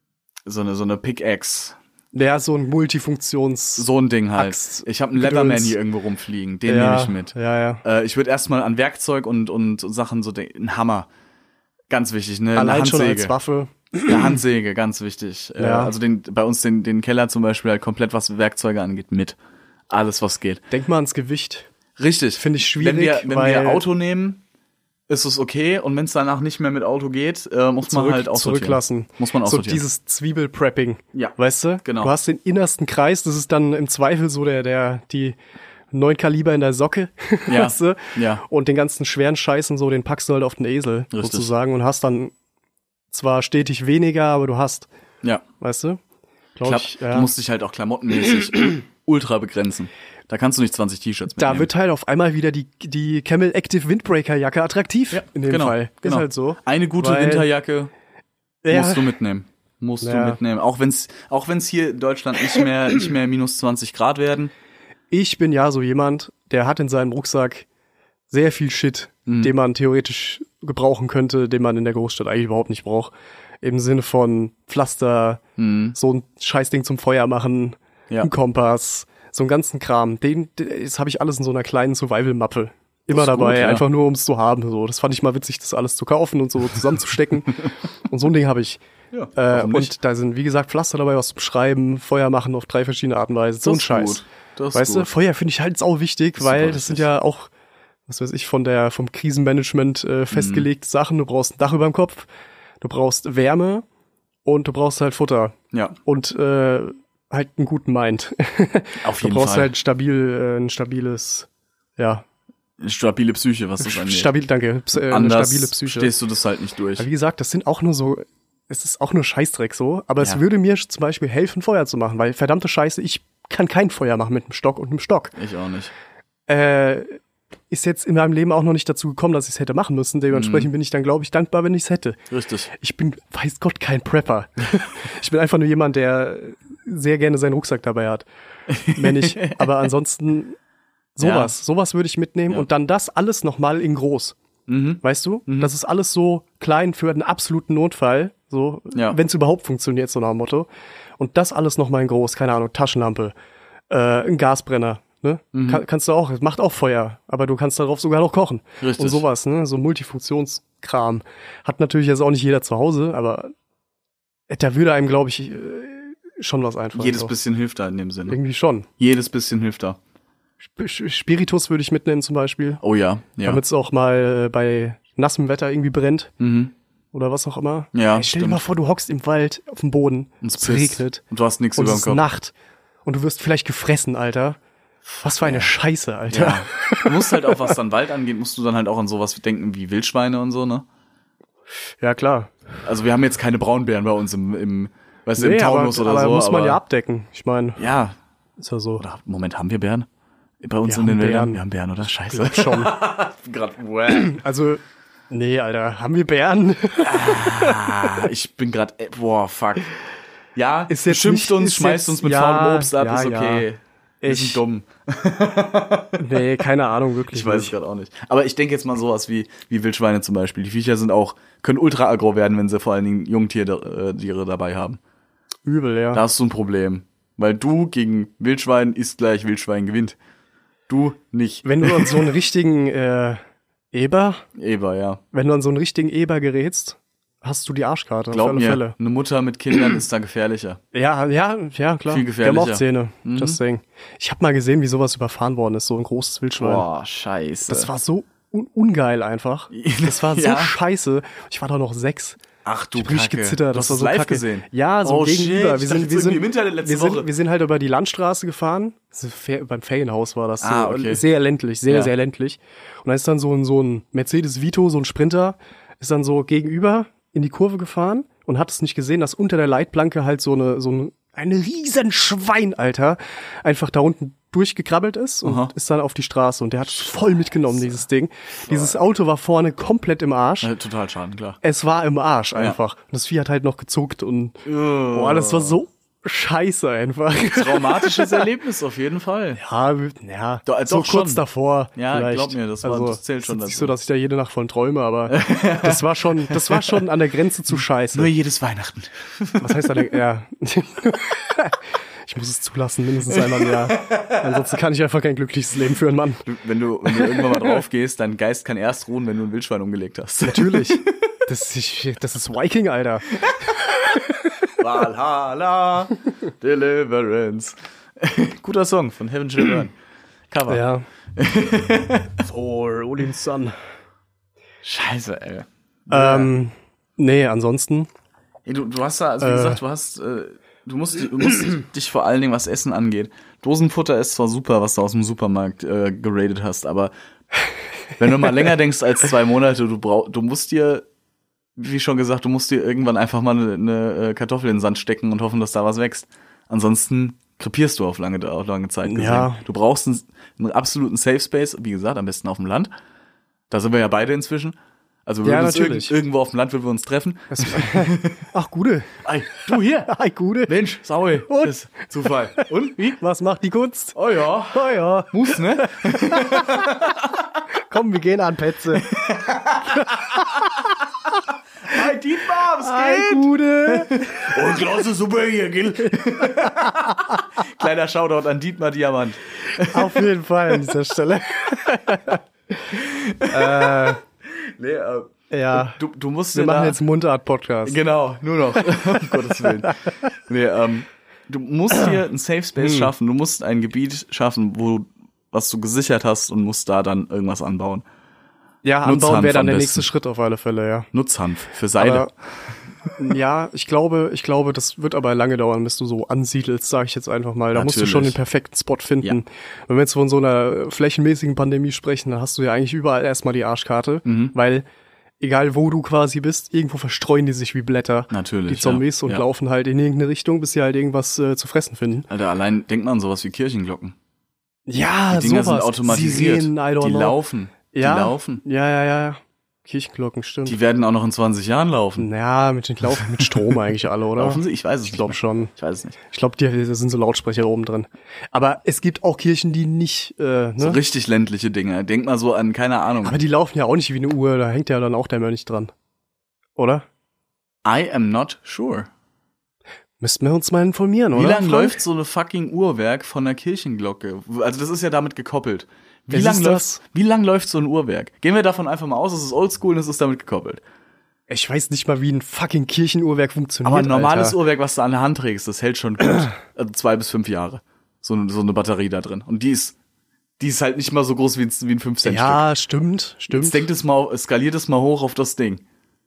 so eine Pickaxe. Ja, so ein Multifunktions... So ein Ding halt. Axt, Ich habe einen Leatherman Gedöns. hier irgendwo rumfliegen, den ja, nehme ich mit. Ja. Ich würde erstmal an Werkzeug und Sachen so ein Hammer. Ganz wichtig, ne? Allein Eine schon als Handsäge. Waffe. Eine Handsäge, ganz wichtig. Ja. Also bei uns den Keller zum Beispiel halt komplett, was Werkzeuge angeht, mit. Alles, was geht. Denk mal ans Gewicht. Richtig. Finde ich schwierig, Wenn weil- wir Auto nehmen, ist es okay. Und wenn es danach nicht mehr mit Auto geht, muss man halt aussortieren. Zurücklassen. Muss man So aussortieren. dieses Zwiebelprepping. Ja, Weißt du? genau. Du hast den innersten Kreis, das ist dann im Zweifel so die 9 Kaliber in der Socke, Ja, weißt du? ja. Und den ganzen schweren Scheiß und so, den packst du halt auf den Esel, Richtig. sozusagen, und hast dann zwar stetig weniger, aber du hast, Ja. weißt du? Glaub ich, Du musst dich halt auch klamottenmäßig ultra begrenzen. Da kannst du nicht 20 T-Shirts mitnehmen. Da wird halt auf einmal wieder die Camel Active Windbreaker Jacke attraktiv, in dem Fall. Genau. Ist halt so. Eine gute Weil- Winterjacke Ja. musst du mitnehmen. Musst du Ja. mitnehmen. Auch wenn's hier in Deutschland nicht mehr minus 20 Grad werden. Ich bin ja so jemand, der hat in seinem Rucksack sehr viel Shit, den man theoretisch gebrauchen könnte, den man in der Großstadt eigentlich überhaupt nicht braucht. Im Sinne von Pflaster, so ein Scheißding zum Feuer machen, Ja. ein Kompass, so einen ganzen Kram. Das habe ich alles in so einer kleinen Survival-Mappe. Immer ist dabei, gut, ja. einfach nur um es zu haben. So, das fand ich mal witzig, das alles zu kaufen und so zusammenzustecken. Und so ein Ding habe ich. Ja, warum nicht? Und da sind, wie gesagt, Pflaster dabei, was zum Schreiben, Feuer machen auf 3 verschiedene Arten und Weise. So ein ist Scheiß. gut. Das ist Weißt du, gut. Feuer finde ich halt sau wichtig, ist weil super das sind wichtig. ja auch, was weiß ich, vom Krisenmanagement festgelegte Sachen. Du brauchst ein Dach über dem Kopf, du brauchst Wärme und du brauchst halt Futter. Ja, Und halt einen guten Mind. auf Du jeden brauchst Fall. halt ein stabiles, ja, Eine stabile Psyche, was das angeht. danke, eine Anders stabile Psyche. stehst du das halt nicht durch. Aber wie gesagt, das sind auch nur so, es ist auch nur Scheißdreck so, aber es Ja. würde mir zum Beispiel helfen, Feuer zu machen, weil verdammte Scheiße, ich kann kein Feuer machen mit einem Stock und einem Stock. Ich auch nicht. Ist jetzt in meinem Leben auch noch nicht dazu gekommen, dass ich es hätte machen müssen. Dementsprechend bin ich dann, glaube ich, dankbar, wenn ich es hätte. Richtig. Ich bin, weiß Gott, kein Prepper. Ich bin einfach nur jemand, der sehr gerne seinen Rucksack dabei hat. Wenn ich, aber ansonsten sowas würde ich mitnehmen Ja. und dann das alles nochmal in groß. Weißt du? Das ist alles so klein für einen absoluten Notfall, so, Ja. wenn es überhaupt funktioniert, so nach dem Motto. Und das alles nochmal in groß, keine Ahnung, Taschenlampe, ein Gasbrenner, ne? Kannst du auch, es macht auch Feuer, aber du kannst darauf sogar noch kochen. Richtig. Und sowas, ne? So Multifunktionskram. Hat natürlich jetzt auch nicht jeder zu Hause, aber da würde einem, glaube ich, schon was einfallen. Jedes so. bisschen hilft da in dem Sinne. Irgendwie schon. Jedes bisschen hilft da. Spiritus würde ich mitnehmen zum Beispiel, Oh ja, ja. damit es auch mal bei nassem Wetter irgendwie brennt. Mhm. Oder was auch immer. Ja, Ey, stell dir stimmt. mal vor, du hockst im Wald auf dem Boden, Und es pisst. regnet Und du hast nichts und über es dem ist Kopf. Nacht und du wirst vielleicht gefressen, Alter. Was für eine Scheiße, Alter. Ja. Du musst halt auch, was dann Wald angeht, musst du dann halt auch an sowas denken wie Wildschweine und so, ne? Ja, klar. Also wir haben jetzt keine Braunbären bei uns im weißt du, im Nee, Taunus aber, oder aber so. muss man aber ja abdecken. Ich meine, ja. ist ja so. Oder, Moment, haben wir Bären? Bei uns Wir in den haben Wäldern? Bären. Wir haben Bären, oder? Scheiße. Glaub schon. Also, nee, Alter, haben wir Bären? Ich bin gerade, boah, fuck. Ja, Ist jetzt schimpft nicht- uns, ist schmeißt jetzt- uns mit ja, faulem Obst ab, ja, ist okay. ja. Wir Ich- sind dumm. Nee, keine Ahnung, wirklich Ich weiß es nicht. gerade auch nicht. Aber ich denke jetzt mal sowas wie Wildschweine zum Beispiel. Die Viecher können ultra aggro werden, wenn sie vor allen Dingen Jungtiere dabei haben. Übel, ja. Da hast du ein Problem. Weil du gegen Wildschwein ist gleich Wildschwein gewinnt. Du nicht. Wenn du an so einen richtigen Eber, Ja. wenn du an so einen richtigen Eber gerätst, hast du die Arschkarte. Glaub auf alle mir, Fälle. eine Mutter mit Kindern ist da gefährlicher. Ja, klar. Viel Die haben auch gefährlicher. Zähne. Just saying. Ich habe mal gesehen, wie sowas überfahren worden ist, so ein großes Wildschwein. Boah, scheiße. Das war so ungeil einfach. Das war so Ja. scheiße. Ich war da noch 6. Ach du Ich hab richtig Kacke. gezittert, Du das hast war es so live kacke. gesehen? Ja, so Oh, gegenüber. shit. Ich dachte, jetzt im Internet letzte Woche. Wir sind halt über die Landstraße gefahren. Beim Ferienhaus war das so. Ah, okay. Sehr ländlich, sehr, Ja. sehr ländlich. Und da ist dann so ein Mercedes Vito, so ein Sprinter, ist dann so gegenüber in die Kurve gefahren und hat es nicht gesehen, dass unter der Leitplanke halt ein riesen Schwein, Alter, einfach da unten durchgekrabbelt ist und Aha. ist dann auf die Straße und der hat es voll mitgenommen, dieses Ding. Dieses Auto war vorne komplett im Arsch. Total schaden, klar. Es war im Arsch einfach. Und das Vieh hat halt noch gezuckt und boah, das war so scheiße einfach. Traumatisches Erlebnis auf jeden Fall. Ja, Doch, so doch kurz schon. davor. Ja, vielleicht. glaub mir, das zählt schon ist nicht dazu. so, dass ich da jede Nacht von träume, aber das war schon an der Grenze zu scheiße. Nur jedes Weihnachten. Was heißt ja. Ich muss es zulassen, mindestens einmal im Jahr. Ansonsten kann ich einfach kein glückliches Leben führen, Mann. Wenn du irgendwann mal drauf gehst, dein Geist kann erst ruhen, wenn du ein Wildschwein umgelegt hast. Natürlich. Das ist Viking, Alter. Valhalla, Deliverance. Guter Song von Heaven Shall Burn. Cover. Ja. Thor, Odin's Son. Scheiße, ey. Nee, ansonsten. Ey, du hast da, also wie gesagt, du musst dich vor allen Dingen, was Essen angeht. Dosenfutter ist zwar super, was du aus dem Supermarkt geratet hast, aber wenn du mal länger denkst als 2 Monate, du musst dir, wie schon gesagt, du musst dir irgendwann einfach mal eine Kartoffel in den Sand stecken und hoffen, dass da was wächst. Ansonsten krepierst du auf lange Zeit gesehen. Ja. Du brauchst einen absoluten Safe Space, wie gesagt, am besten auf dem Land. Da sind wir ja beide inzwischen. Also wir Ja, würden uns natürlich. irgendwo auf dem Land würden wir uns treffen. Ach, Gude. Ey, du hier. Hi, Gude. Mensch, Saul. Und? Das ist Zufall. Und? Wie? Was macht die Kunst? Oh ja. Oh ja. Muss, ne? Komm, wir gehen an Petze. Hi Dietmar, was Hi, Gude. Oh, klasse Suppe hier, Gil. Kleiner Shoutout an Dietmar Diamant. Auf jeden Fall an dieser Stelle. Nee, Ja. du musst Wir dir machen da, jetzt einen Mundart-Podcast. Genau, nur noch. Um Gottes Willen. Nee, du musst dir einen Safe Space schaffen. Du musst ein Gebiet schaffen, was du gesichert hast und musst da dann irgendwas anbauen. Ja, Nutzhanf anbauen wäre dann am der besten. nächste Schritt auf alle Fälle, ja. Nutzhanf für Seide. Aber, ja, ich glaube, das wird aber lange dauern, bis du so ansiedelst, sage ich jetzt einfach mal. Da musst du Natürlich. schon den perfekten Spot finden. Ja. Wenn wir jetzt von so einer flächenmäßigen Pandemie sprechen, dann hast du ja eigentlich überall erstmal die Arschkarte, weil egal wo du quasi bist, irgendwo verstreuen die sich wie Blätter. Natürlich, Die Zombies ja. und Ja. laufen halt in irgendeine Richtung, bis sie halt irgendwas zu fressen finden. Alter, allein denkt man an sowas wie Kirchenglocken. Ja, Die Dinger sowas. sind automatisiert. Sirenen, I don't Die know. laufen. Ja. Die laufen. Ja. Kirchenglocken, stimmt. Die werden auch noch in 20 Jahren laufen. Ja, mit Strom eigentlich alle, oder? Laufen sie? Ich weiß es nicht. Ich glaube schon. Ich weiß es nicht. Ich glaube, da sind so Lautsprecher oben drin. Aber es gibt auch Kirchen, die nicht, ne? So richtig ländliche Dinge. Denk mal so an, keine Ahnung. Aber die laufen ja auch nicht wie eine Uhr, da hängt ja dann auch der Mönch dran. Oder? I am not sure. Müssten wir uns mal informieren, oder? Wie lang Frank? läuft so eine fucking Uhrwerk von einer Kirchenglocke? Also das ist ja damit gekoppelt. Wie Was lang ist das? Wie lang läuft so ein Uhrwerk? Gehen wir davon einfach mal aus, es ist oldschool und es ist damit gekoppelt. Ich weiß nicht mal, wie ein fucking Kirchenuhrwerk funktioniert. Aber ein normales Alter. Uhrwerk, was du an der Hand trägst, das hält schon gut. Also 2 bis 5 Jahre. So eine Batterie da drin. Und die ist halt nicht mal so groß wie ein 5-Cent-Stück. Ja, stimmt. Jetzt skaliert es mal hoch auf das Ding.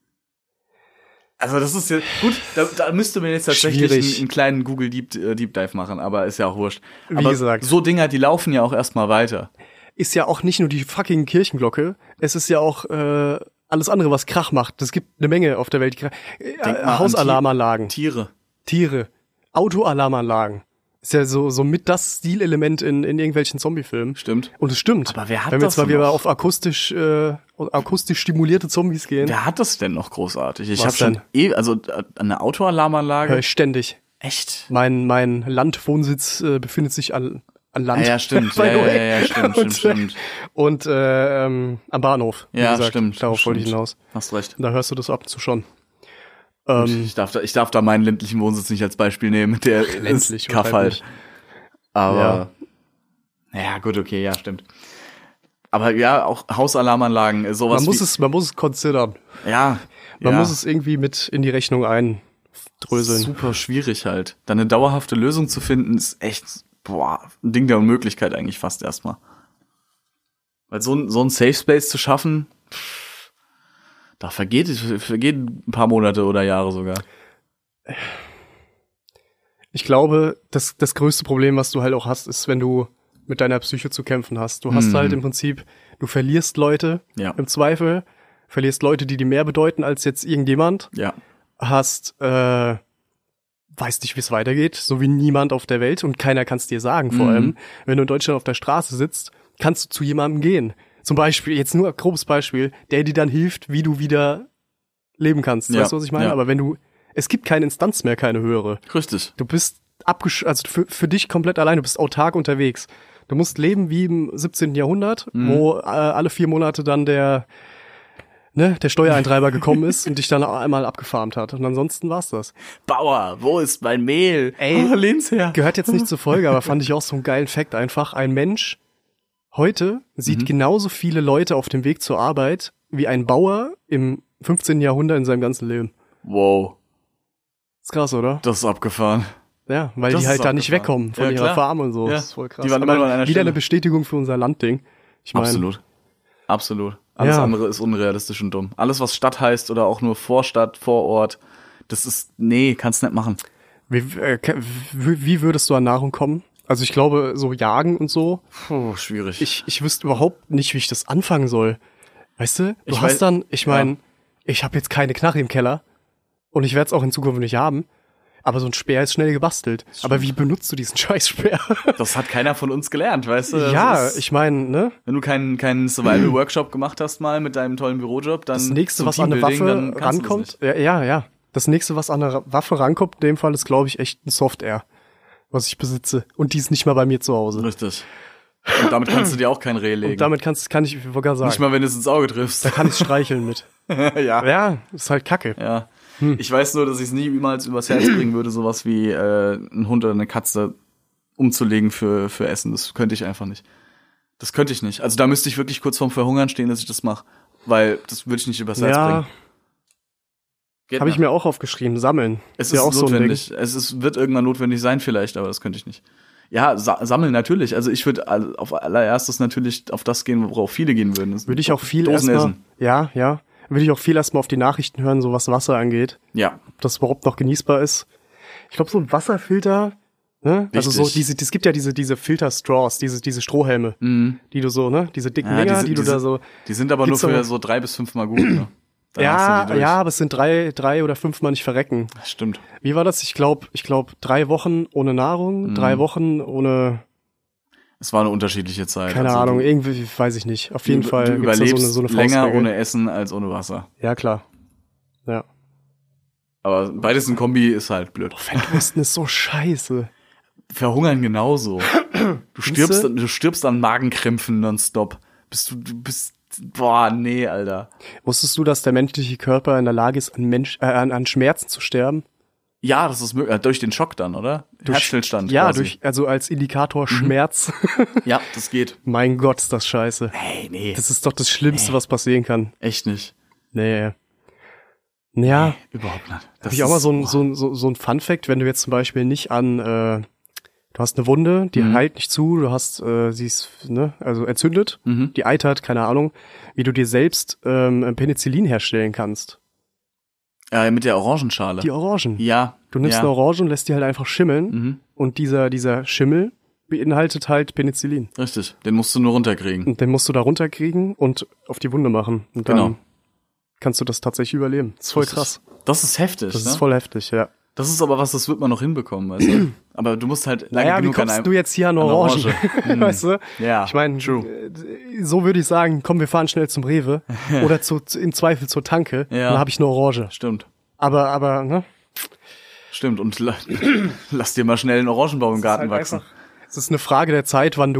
Also das ist ja, gut, da müsste man jetzt tatsächlich Schwierig. einen kleinen Google Deep Dive machen, aber ist ja auch wurscht. Wie Aber gesagt. so Dinger, die laufen ja auch erstmal weiter. Ist ja auch nicht nur die fucking Kirchenglocke, es ist ja auch alles andere, was Krach macht. Es gibt eine Menge auf der Welt. Denk mal an Hausalarmanlagen, Tiere. Tiere, Autoalarmanlagen. Ist ja so mit das Stilelement in irgendwelchen Zombie-Filmen. Stimmt. Und es stimmt. Aber wer hat Wenn wir das jetzt mal wieder noch? auf akustisch stimulierte Zombies gehen, Wer hat das denn noch großartig? Ich Was habe schon also eine Autoalarmanlage. höre ich ständig. Echt? Mein Landwohnsitz befindet sich an Land. Ja, stimmt. By the way. Ja, stimmt. Und am Bahnhof. Wie Ja, gesagt. stimmt. Darauf wollte ich stimmt. hinaus. Hast recht. Da hörst du das ab und zu schon. Ich darf da meinen ländlichen Wohnsitz nicht als Beispiel nehmen. Der Ländlich, ist Kaff halt. wahrscheinlich. Aber ja, gut, okay, ja, stimmt. Aber ja, auch Hausalarmanlagen, sowas Man muss es considern. ja, Man muss es irgendwie mit in die Rechnung eindröseln. super schwierig halt. Da eine dauerhafte Lösung zu finden, ist echt, ein Ding der Unmöglichkeit eigentlich fast erstmal. Weil so ein Safe Space zu schaffen, Da vergeht ein paar Monate oder Jahre sogar. Ich glaube, das größte Problem, was du halt auch hast, ist, wenn du mit deiner Psyche zu kämpfen hast. Du hast halt im Prinzip, du verlierst Leute im Zweifel, verlierst Leute, die dir mehr bedeuten als jetzt irgendjemand. Ja. Hast, weißt nicht, wie es weitergeht, so wie niemand auf der Welt und keiner kann es dir sagen. Vor allem, wenn du in Deutschland auf der Straße sitzt, kannst du zu jemandem gehen. Zum Beispiel, jetzt nur ein grobes Beispiel, der dir dann hilft, wie du wieder leben kannst. Ja. Weißt du, was ich meine? Ja. Aber es gibt keine Instanz mehr, keine höhere. Richtig. Du bist also für dich komplett allein, du bist autark unterwegs. Du musst leben wie im 17. Jahrhundert, wo alle 4 Monate dann der Steuereintreiber gekommen ist und dich dann einmal abgefarmt hat. Und ansonsten war's das. Bauer, wo ist mein Mehl? Ey, lehn's her. Gehört jetzt nicht zur Folge, aber fand ich auch so einen geilen Fact einfach. Ein Mensch heute sieht genauso viele Leute auf dem Weg zur Arbeit wie ein Bauer im 15. Jahrhundert in seinem ganzen Leben. Wow. Ist krass, oder? Das ist abgefahren. Ja, weil Das die ist halt da nicht abgefahren. wegkommen von Ja, ihrer klar. Farm und so. Ja. Das ist voll krass. Die waren immer nur an einer wieder Stelle. eine Bestätigung für unser Landding. Ich meine, Absolut. Alles Ja. andere ist unrealistisch und dumm. Alles, was Stadt heißt oder auch nur Vorstadt, Vorort, das ist, kannst nicht machen. wie würdest du an Nahrung kommen? Also ich glaube, so jagen und so. Puh, schwierig. Ich wüsste überhaupt nicht, wie ich das anfangen soll. Weißt du? Ich Hast weiß- dann, ich meine, ja. ich habe jetzt keine Knarre im Keller und ich werde es auch in Zukunft nicht haben. Aber so ein Speer ist schnell gebastelt. Aber wie benutzt du diesen Scheiß-Speer? Das hat keiner von uns gelernt, weißt du? Das Ja, ist, ich meine, ne? wenn du keinen Survival-Workshop gemacht hast mal mit deinem tollen Bürojob, dann Das nächste, zum was an eine Teambuilding, Waffe dann kannst du das rankommt, ja. Das nächste, was an eine Waffe rankommt, in dem Fall ist, glaube ich, echt ein Soft-Air, was ich besitze. Und die ist nicht mal bei mir zu Hause. nicht. Richtig. Und damit kannst du dir auch kein Reh legen. Und damit kann ich sogar sagen, nicht mal, wenn du es ins Auge triffst. da kann ich streicheln mit. ja. Ja, ist halt Kacke. Ja. Ich weiß nur, dass ich es niemals übers Herz bringen würde, sowas wie einen Hund oder eine Katze umzulegen für Essen. Das könnte ich einfach nicht. Das könnte ich nicht. Also da müsste ich wirklich kurz vorm Verhungern stehen, dass ich das mache. Weil das würde ich nicht übers Herz bringen. Geht Habe ich nicht. mir auch aufgeschrieben, sammeln. Es ja ist auch so ein Ding. notwendig. Wird irgendwann notwendig sein vielleicht, aber das könnte ich nicht. Ja, sammeln natürlich. Also ich würde auf allererstes natürlich auf das gehen, worauf viele gehen würden. Das Würde ich auch viel Dosen erstmal, essen. ja. Würde ich auch viel erstmal auf die Nachrichten hören, so was Wasser angeht. Ja, Ob das überhaupt noch genießbar ist. Ich glaube, so ein Wasserfilter, ne? Also so es gibt ja diese Filter-Straws, diese Strohhelme, die du so, ne? Diese dicken Dinger, die du da so. Die sind aber nur Gibt's doch für noch- so 3 bis 5 Mal gut, ne? Dann hast du die durch. Ja, aber es sind drei oder 5 Mal nicht verrecken. Das stimmt. Wie war das? Ich glaube 3 Wochen ohne Nahrung, 3 Wochen ohne, Es war eine unterschiedliche Zeit. keine Also Ahnung, du- irgendwie, weiß ich nicht. Auf jeden du, Fall Du gibt's da überlebst so eine länger Faustregel. ohne Essen als ohne Wasser. Ja, klar. Ja. Aber beides in Kombi ist halt blöd. Fettwursten ist so scheiße. Verhungern genauso. Du stirbst, du? du stirbst an Magenkrämpfen nonstop. Boah, nee, Alter. Wusstest du, dass der menschliche Körper in der Lage ist, an Schmerzen zu sterben? Ja, das ist möglich. Durch den Schock dann, oder? Herzstillstand. Ja, quasi. also als Indikator Schmerz. Ja, das geht. Mein Gott, ist das scheiße. Hey, nee. Das ist doch das Schlimmste, was passieren kann. Echt nicht. Nee. Ja, Überhaupt nicht. Das habe ich auch mal ist- so ein Fun-Fact, wenn du jetzt zum Beispiel nicht du hast eine Wunde, die heilt nicht zu, du hast, sie ist, ne, also entzündet, die eitert, keine Ahnung, wie du dir selbst Penicillin herstellen kannst. Mit der Orangenschale. Die Orangen. Ja. Du nimmst ja. eine Orange und lässt die halt einfach schimmeln und dieser Schimmel beinhaltet halt Penicillin. Richtig. Den musst du nur runterkriegen. Und den musst du da runterkriegen und auf die Wunde machen. Und dann Genau. kannst du das tatsächlich überleben. Das ist voll krass. Das ist heftig, Das ne? ist voll heftig, ja. Das ist aber was, das wird man noch hinbekommen, weißt du? Aber du musst halt lange Naja, wie genug an kommst einem... du jetzt hier an an Orangen? Orange. Weißt du? Ja, Ich meine, true. so würde ich sagen, komm, wir fahren schnell zum Rewe oder im Zweifel zur Tanke. Ja. Dann habe ich eine Orange. Stimmt. Aber, ne? Stimmt. Und lass dir mal schnell einen Orangenbaum im Garten halt wachsen. Es ist eine Frage der Zeit, wann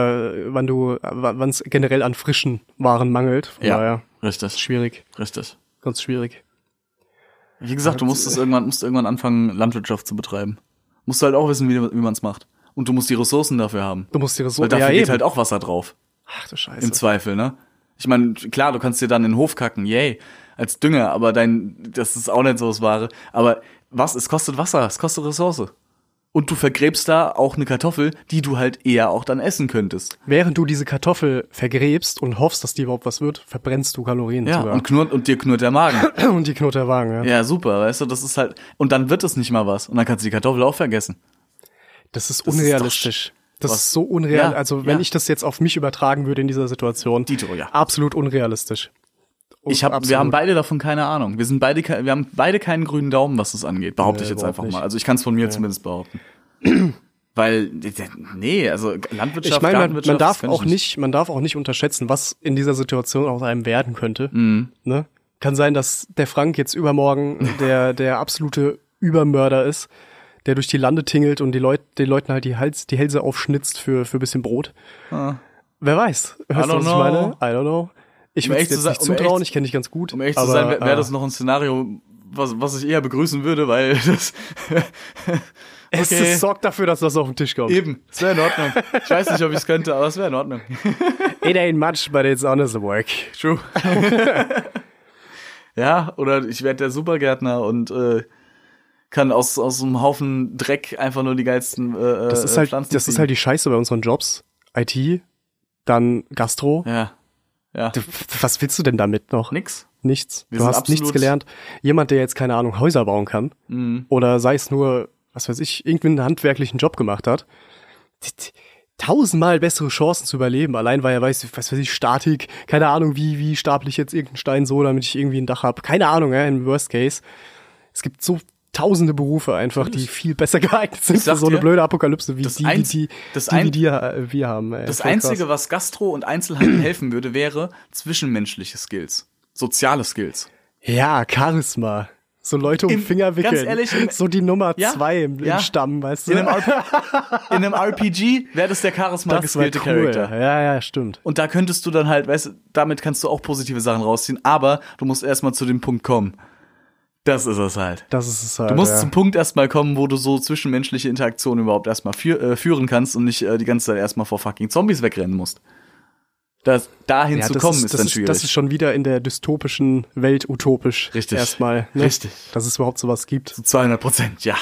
es generell an frischen Waren mangelt. Von daher, Richtig. schwierig. Richtig. Ganz schwierig. Wie gesagt, du musst irgendwann anfangen, Landwirtschaft zu betreiben. Musst du halt auch wissen, wie man es macht. Und du musst die Ressourcen dafür haben. Du musst dir das so, Weil dafür ja, geht eben. halt auch Wasser drauf. Ach du Scheiße. Im Zweifel, ne? Ich meine, klar, du kannst dir dann in den Hof kacken, yay, als Dünger, aber das ist auch nicht so das Wahre. Aber es kostet Wasser, es kostet Ressource. Und du vergräbst da auch eine Kartoffel, die du halt eher auch dann essen könntest. Während du diese Kartoffel vergräbst und hoffst, dass die überhaupt was wird, verbrennst du Kalorien Ja, sogar. und dir knurrt der Magen. Und die knurrt der Wagen, ja. Ja, super, weißt du, das ist halt, und dann wird es nicht mal was. Und dann kannst du die Kartoffel auch vergessen. Das ist Das ist unrealistisch. Das was- ist so unrealistisch. Ja, Also wenn ja. ich das jetzt auf mich übertragen würde in dieser Situation, Dito, ja. absolut unrealistisch. Wir haben beide davon keine Ahnung. Wir haben beide keinen grünen Daumen, was das angeht. Behaupte ich jetzt überhaupt einfach nicht. mal. Also ich kann es von mir zumindest behaupten. Weil, nee, also Landwirtschaft, Ich meine, Gartenwirtschaft, man das darf auch nicht unterschätzen, was in dieser Situation aus einem werden könnte. Mhm. Ne? Kann sein, dass der Frank jetzt übermorgen der absolute Übermörder ist, der durch die Lande tingelt und den Leuten halt die Hälse aufschnitzt für ein bisschen Brot. Ah. Wer weiß? Weißt du, was ich don't meine? know. I don't know. Ich Um würde ehrlich es zu jetzt sein- nicht um zutrauen, echt- ich kenne dich ganz gut. Um ehrlich zu aber, sein, wäre das noch ein Szenario, was ich eher begrüßen würde, weil das es sorgt dafür, dass das auf den Tisch kommt. eben, es wäre in Ordnung. Ich weiß nicht, ob ich es könnte, aber es wäre in Ordnung. It ain't much, but it's honest work. True. Ja, oder ich werde der Supergärtner und kann aus einem Haufen Dreck einfach nur die geilsten Das ist halt, Pflanzen das ist ziehen. halt die Scheiße bei unseren Jobs. IT, dann Gastro. Ja. Was willst du denn damit noch? Nix. Nichts. Wir Du sind hast nichts absolut- gelernt. Jemand, der jetzt, keine Ahnung, Häuser bauen kann, oder sei es nur, was weiß ich, irgendwie einen handwerklichen Job gemacht hat, tausendmal bessere Chancen zu überleben, allein weil er weiß, was weiß ich, Statik, keine Ahnung, wie staple ich jetzt irgendeinen Stein so, damit ich irgendwie ein Dach hab. Keine Ahnung, ja, im Worst Case. Es gibt so tausende Berufe einfach, die viel besser geeignet sind Ich sag für so eine dir, blöde Apokalypse, wie das die Ein- wir haben. Ey. Das Voll krass. Einzige, was Gastro und Einzelhandel helfen würde, wäre zwischenmenschliche Skills. Soziale Skills. Ja, Charisma. So Leute um Im- Finger wickeln. ganz ehrlich, so die Nummer Ja, 2 im ja. Stamm, weißt du? In einem RPG wäre das der Charisma das war geskillte cool. Charakter. Ja, stimmt. Und da könntest du dann halt, weißt du, damit kannst du auch positive Sachen rausziehen, aber du musst erstmal zu dem Punkt kommen. Das ist es halt. Das ist es halt. Du musst ja. zum Punkt erstmal kommen, wo du so zwischenmenschliche Interaktionen überhaupt erstmal führen kannst und nicht die ganze Zeit erstmal vor fucking Zombies wegrennen musst. Dahin zu kommen ist dann schwierig. Das ist schon wieder in der dystopischen Welt utopisch. Richtig. Erstmal. Ne? Richtig. Dass es überhaupt sowas gibt. Zu 200%, ja.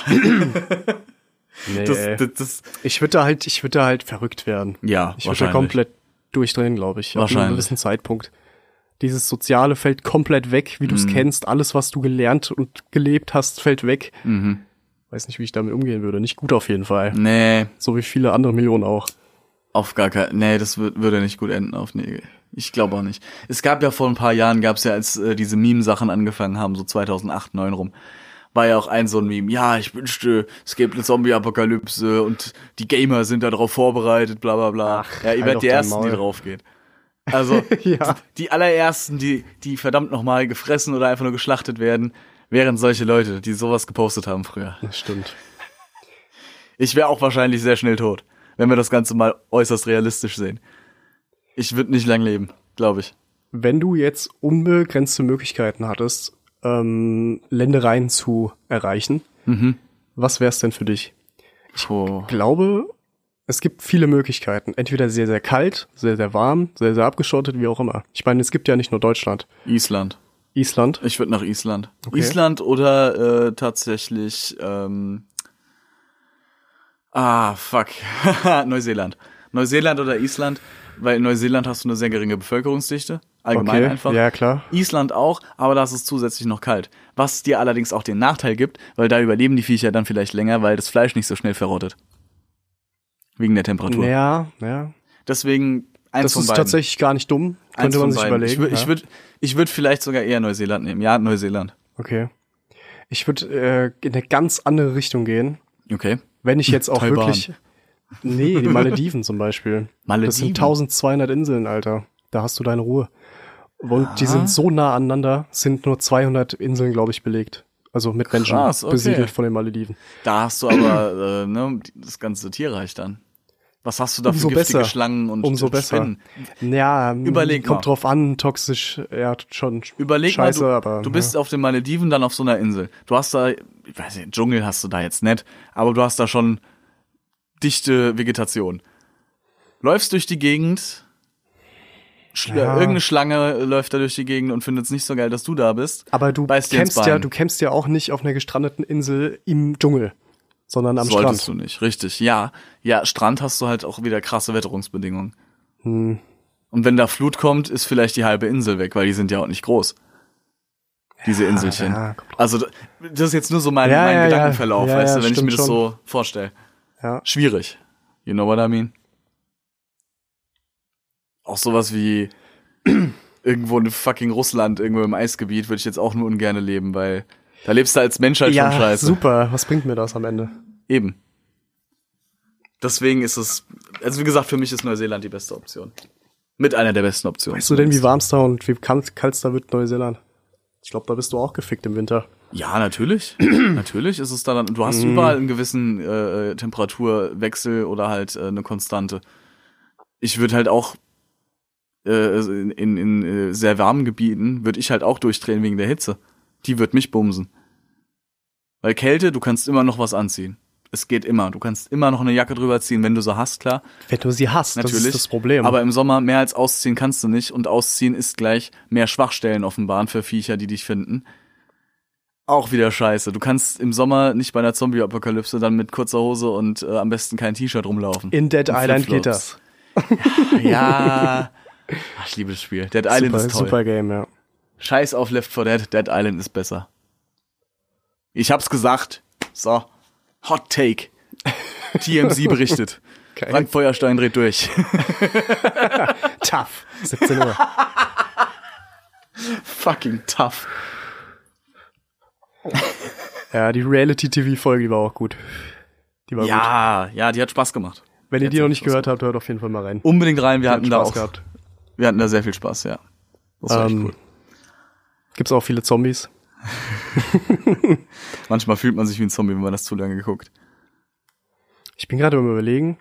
Nee, das, ich würde da halt verrückt werden. ja, Ich würde da komplett durchdrehen, glaube ich. Ab Wahrscheinlich. einem gewissen Zeitpunkt. Dieses Soziale fällt komplett weg, wie du es kennst. Alles, was du gelernt und gelebt hast, fällt weg. Weiß nicht, wie ich damit umgehen würde. Nicht gut auf jeden Fall. Nee, So wie viele andere Millionen auch. auf gar keinen. Nee, das würde nicht gut enden. Nee, ich glaube auch nicht. Es gab ja vor ein paar Jahren, als diese Meme-Sachen angefangen haben, so 2008, 2009 rum, war ja auch so ein Meme. Ja, ich wünschte, es gäbe eine Zombie-Apokalypse und die Gamer sind darauf vorbereitet, bla bla bla. Ach, ja, ihr halt werdet doch die dein Ersten, die Maul. drauf geht. Also, Ja. die allerersten, die verdammt nochmal gefressen oder einfach nur geschlachtet werden, wären solche Leute, die sowas gepostet haben früher. Das stimmt. Ich wäre auch wahrscheinlich sehr schnell tot, wenn wir das Ganze mal äußerst realistisch sehen. Ich würde nicht lang leben, glaube ich. Wenn du jetzt unbegrenzte Möglichkeiten hattest, Ländereien zu erreichen, was wär's denn für dich? Oh. Ich glaube, es gibt viele Möglichkeiten. Entweder sehr, sehr kalt, sehr, sehr warm, sehr, sehr abgeschottet, wie auch immer. Ich meine, es gibt ja nicht nur Deutschland. Island. Island. Ich würde nach Island. Okay. Island oder tatsächlich fuck. Neuseeland. Neuseeland oder Island, weil in Neuseeland hast du eine sehr geringe Bevölkerungsdichte. Allgemein Okay, einfach. ja, klar. Island auch, aber da ist es zusätzlich noch kalt. Was dir allerdings auch den Nachteil gibt, weil da überleben die Viecher dann vielleicht länger, weil das Fleisch nicht so schnell verrottet. Wegen der Temperatur. Ja. Deswegen eins Das von ist beiden. tatsächlich gar nicht dumm. Eins Könnte man von sich beiden. überlegen. Ich würd vielleicht sogar eher Neuseeland nehmen. Ja, Neuseeland. Okay. Ich würde in eine ganz andere Richtung gehen. Okay. Wenn ich jetzt auch Taiwan. wirklich... Nee, die Malediven zum Beispiel. Malediven? Das sind 1200 Inseln, Alter. Da hast du deine Ruhe. Und die sind so nah aneinander, sind nur 200 Inseln, glaube ich, belegt. Also mit Menschen Krass, okay. besiedelt von den Malediven. Da hast du aber das ganze Tierreich dann. Was hast du da für Umso giftige besser. Schlangen und Umso besser. Spinnen? Ja, Überleg kommt mal. drauf an, toxisch, ja, schon Überleg scheiße, mal, aber... du bist auf den Malediven, dann auf so einer Insel. Du hast da, ich weiß nicht, Dschungel hast du da jetzt nicht, aber du hast da schon dichte Vegetation. Läufst durch die Gegend, Ja. irgendeine Schlange läuft da durch die Gegend und findet es nicht so geil, dass du da bist. Aber du beißt dir ins campst ja, Bein. du campst ja auch nicht auf einer gestrandeten Insel im Dschungel. sondern am Solltest Strand. du nicht, richtig. Ja, Strand hast du halt auch wieder krasse Wetterungsbedingungen. Und wenn da Flut kommt, ist vielleicht die halbe Insel weg, weil die sind ja auch nicht groß. Diese Inselchen. Ja, also das ist jetzt nur so mein Gedankenverlauf, weißt du, wenn ich mir das so vorstelle. Ja. Schwierig. You know what I mean? Auch sowas wie irgendwo in fucking Russland, irgendwo im Eisgebiet, würde ich jetzt auch nur ungern leben, weil da lebst du als Mensch halt schon scheiße. Super. Was bringt mir das am Ende? Eben. Deswegen ist es, also wie gesagt, für mich ist Neuseeland die beste Option. Mit einer der besten Optionen. Weißt du denn, wie warm es da und wie kalt es da wird in Neuseeland? Ich glaube, da bist du auch gefickt im Winter. Ja, natürlich. Natürlich ist es da dann, du hast überall einen gewissen Temperaturwechsel oder halt eine Konstante. Ich würde halt auch in sehr warmen Gebieten würde ich halt auch durchdrehen wegen der Hitze. Die wird mich bumsen. Weil Kälte, du kannst immer noch was anziehen. Es geht immer. Du kannst immer noch eine Jacke drüber ziehen, wenn du sie hast, klar. Wenn du sie hast, natürlich. Das ist das Problem. Aber im Sommer mehr als ausziehen kannst du nicht. Und ausziehen ist gleich mehr Schwachstellen offenbaren für Viecher, die dich finden. Auch wieder scheiße. Du kannst im Sommer nicht bei einer Zombie-Apokalypse dann mit kurzer Hose und am besten kein T-Shirt rumlaufen. In Dead Island geht das. Ja. Ach, ich liebe das Spiel. Dead Island ist toll. Super Game, ja. Scheiß auf Left 4 Dead. Dead Island ist besser. Ich hab's gesagt. So. Hot Take. TMZ berichtet. Geil. Frank Feuerstein dreht durch. Tough. 17 Uhr. Fucking tough. Ja, die Reality-TV-Folge, die war auch gut. Die war gut. Ja, die hat Spaß gemacht. Wenn ihr die noch nicht gehört habt, hört auf jeden Fall mal rein. Unbedingt rein, wir hatten da Spaß auch gehabt. Wir hatten da sehr viel Spaß, ja. Das war echt cool. Gibt's auch viele Zombies. Manchmal fühlt man sich wie ein Zombie, wenn man das zu lange guckt. Ich bin gerade am Überlegen,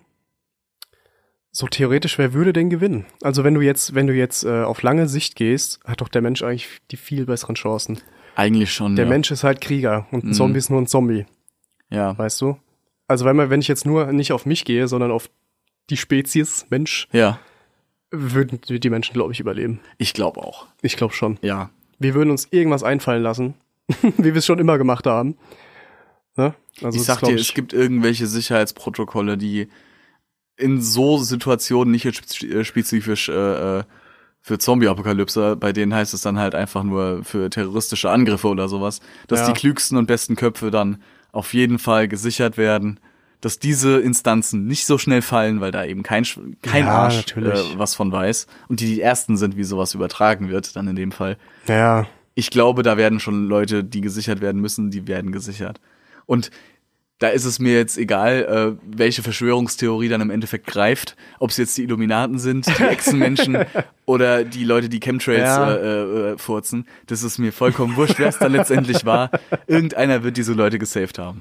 so theoretisch, wer würde denn gewinnen? Also wenn du jetzt auf lange Sicht gehst, hat doch der Mensch eigentlich die viel besseren Chancen. Eigentlich schon, Der Mensch ist halt Krieger und ein Zombie ist nur ein Zombie, Ja. weißt du? Also wenn ich jetzt nur nicht auf mich gehe, sondern auf die Spezies Mensch, Ja. würden die Menschen, glaube ich, überleben. Ich glaube auch. Ich glaube schon. Ja. Wir würden uns irgendwas einfallen lassen, wie wir es schon immer gemacht haben. Ne? Also Ich sag dir, es gibt irgendwelche Sicherheitsprotokolle, die in so Situationen nicht jetzt spezifisch für Zombie-Apokalypse, bei denen heißt es dann halt einfach nur für terroristische Angriffe oder sowas, dass die klügsten und besten Köpfe dann auf jeden Fall gesichert werden, dass diese Instanzen nicht so schnell fallen, weil da eben kein Arsch was von weiß und die ersten sind, wie sowas übertragen wird, dann in dem Fall. Ja. Ich glaube, da werden schon Leute, die gesichert werden müssen, die werden gesichert. Und da ist es mir jetzt egal, welche Verschwörungstheorie dann im Endeffekt greift, ob es jetzt die Illuminaten sind, die Echsenmenschen oder die Leute, die Chemtrails furzen. Das ist mir vollkommen wurscht, wer es dann letztendlich war. Irgendeiner wird diese Leute gesaved haben.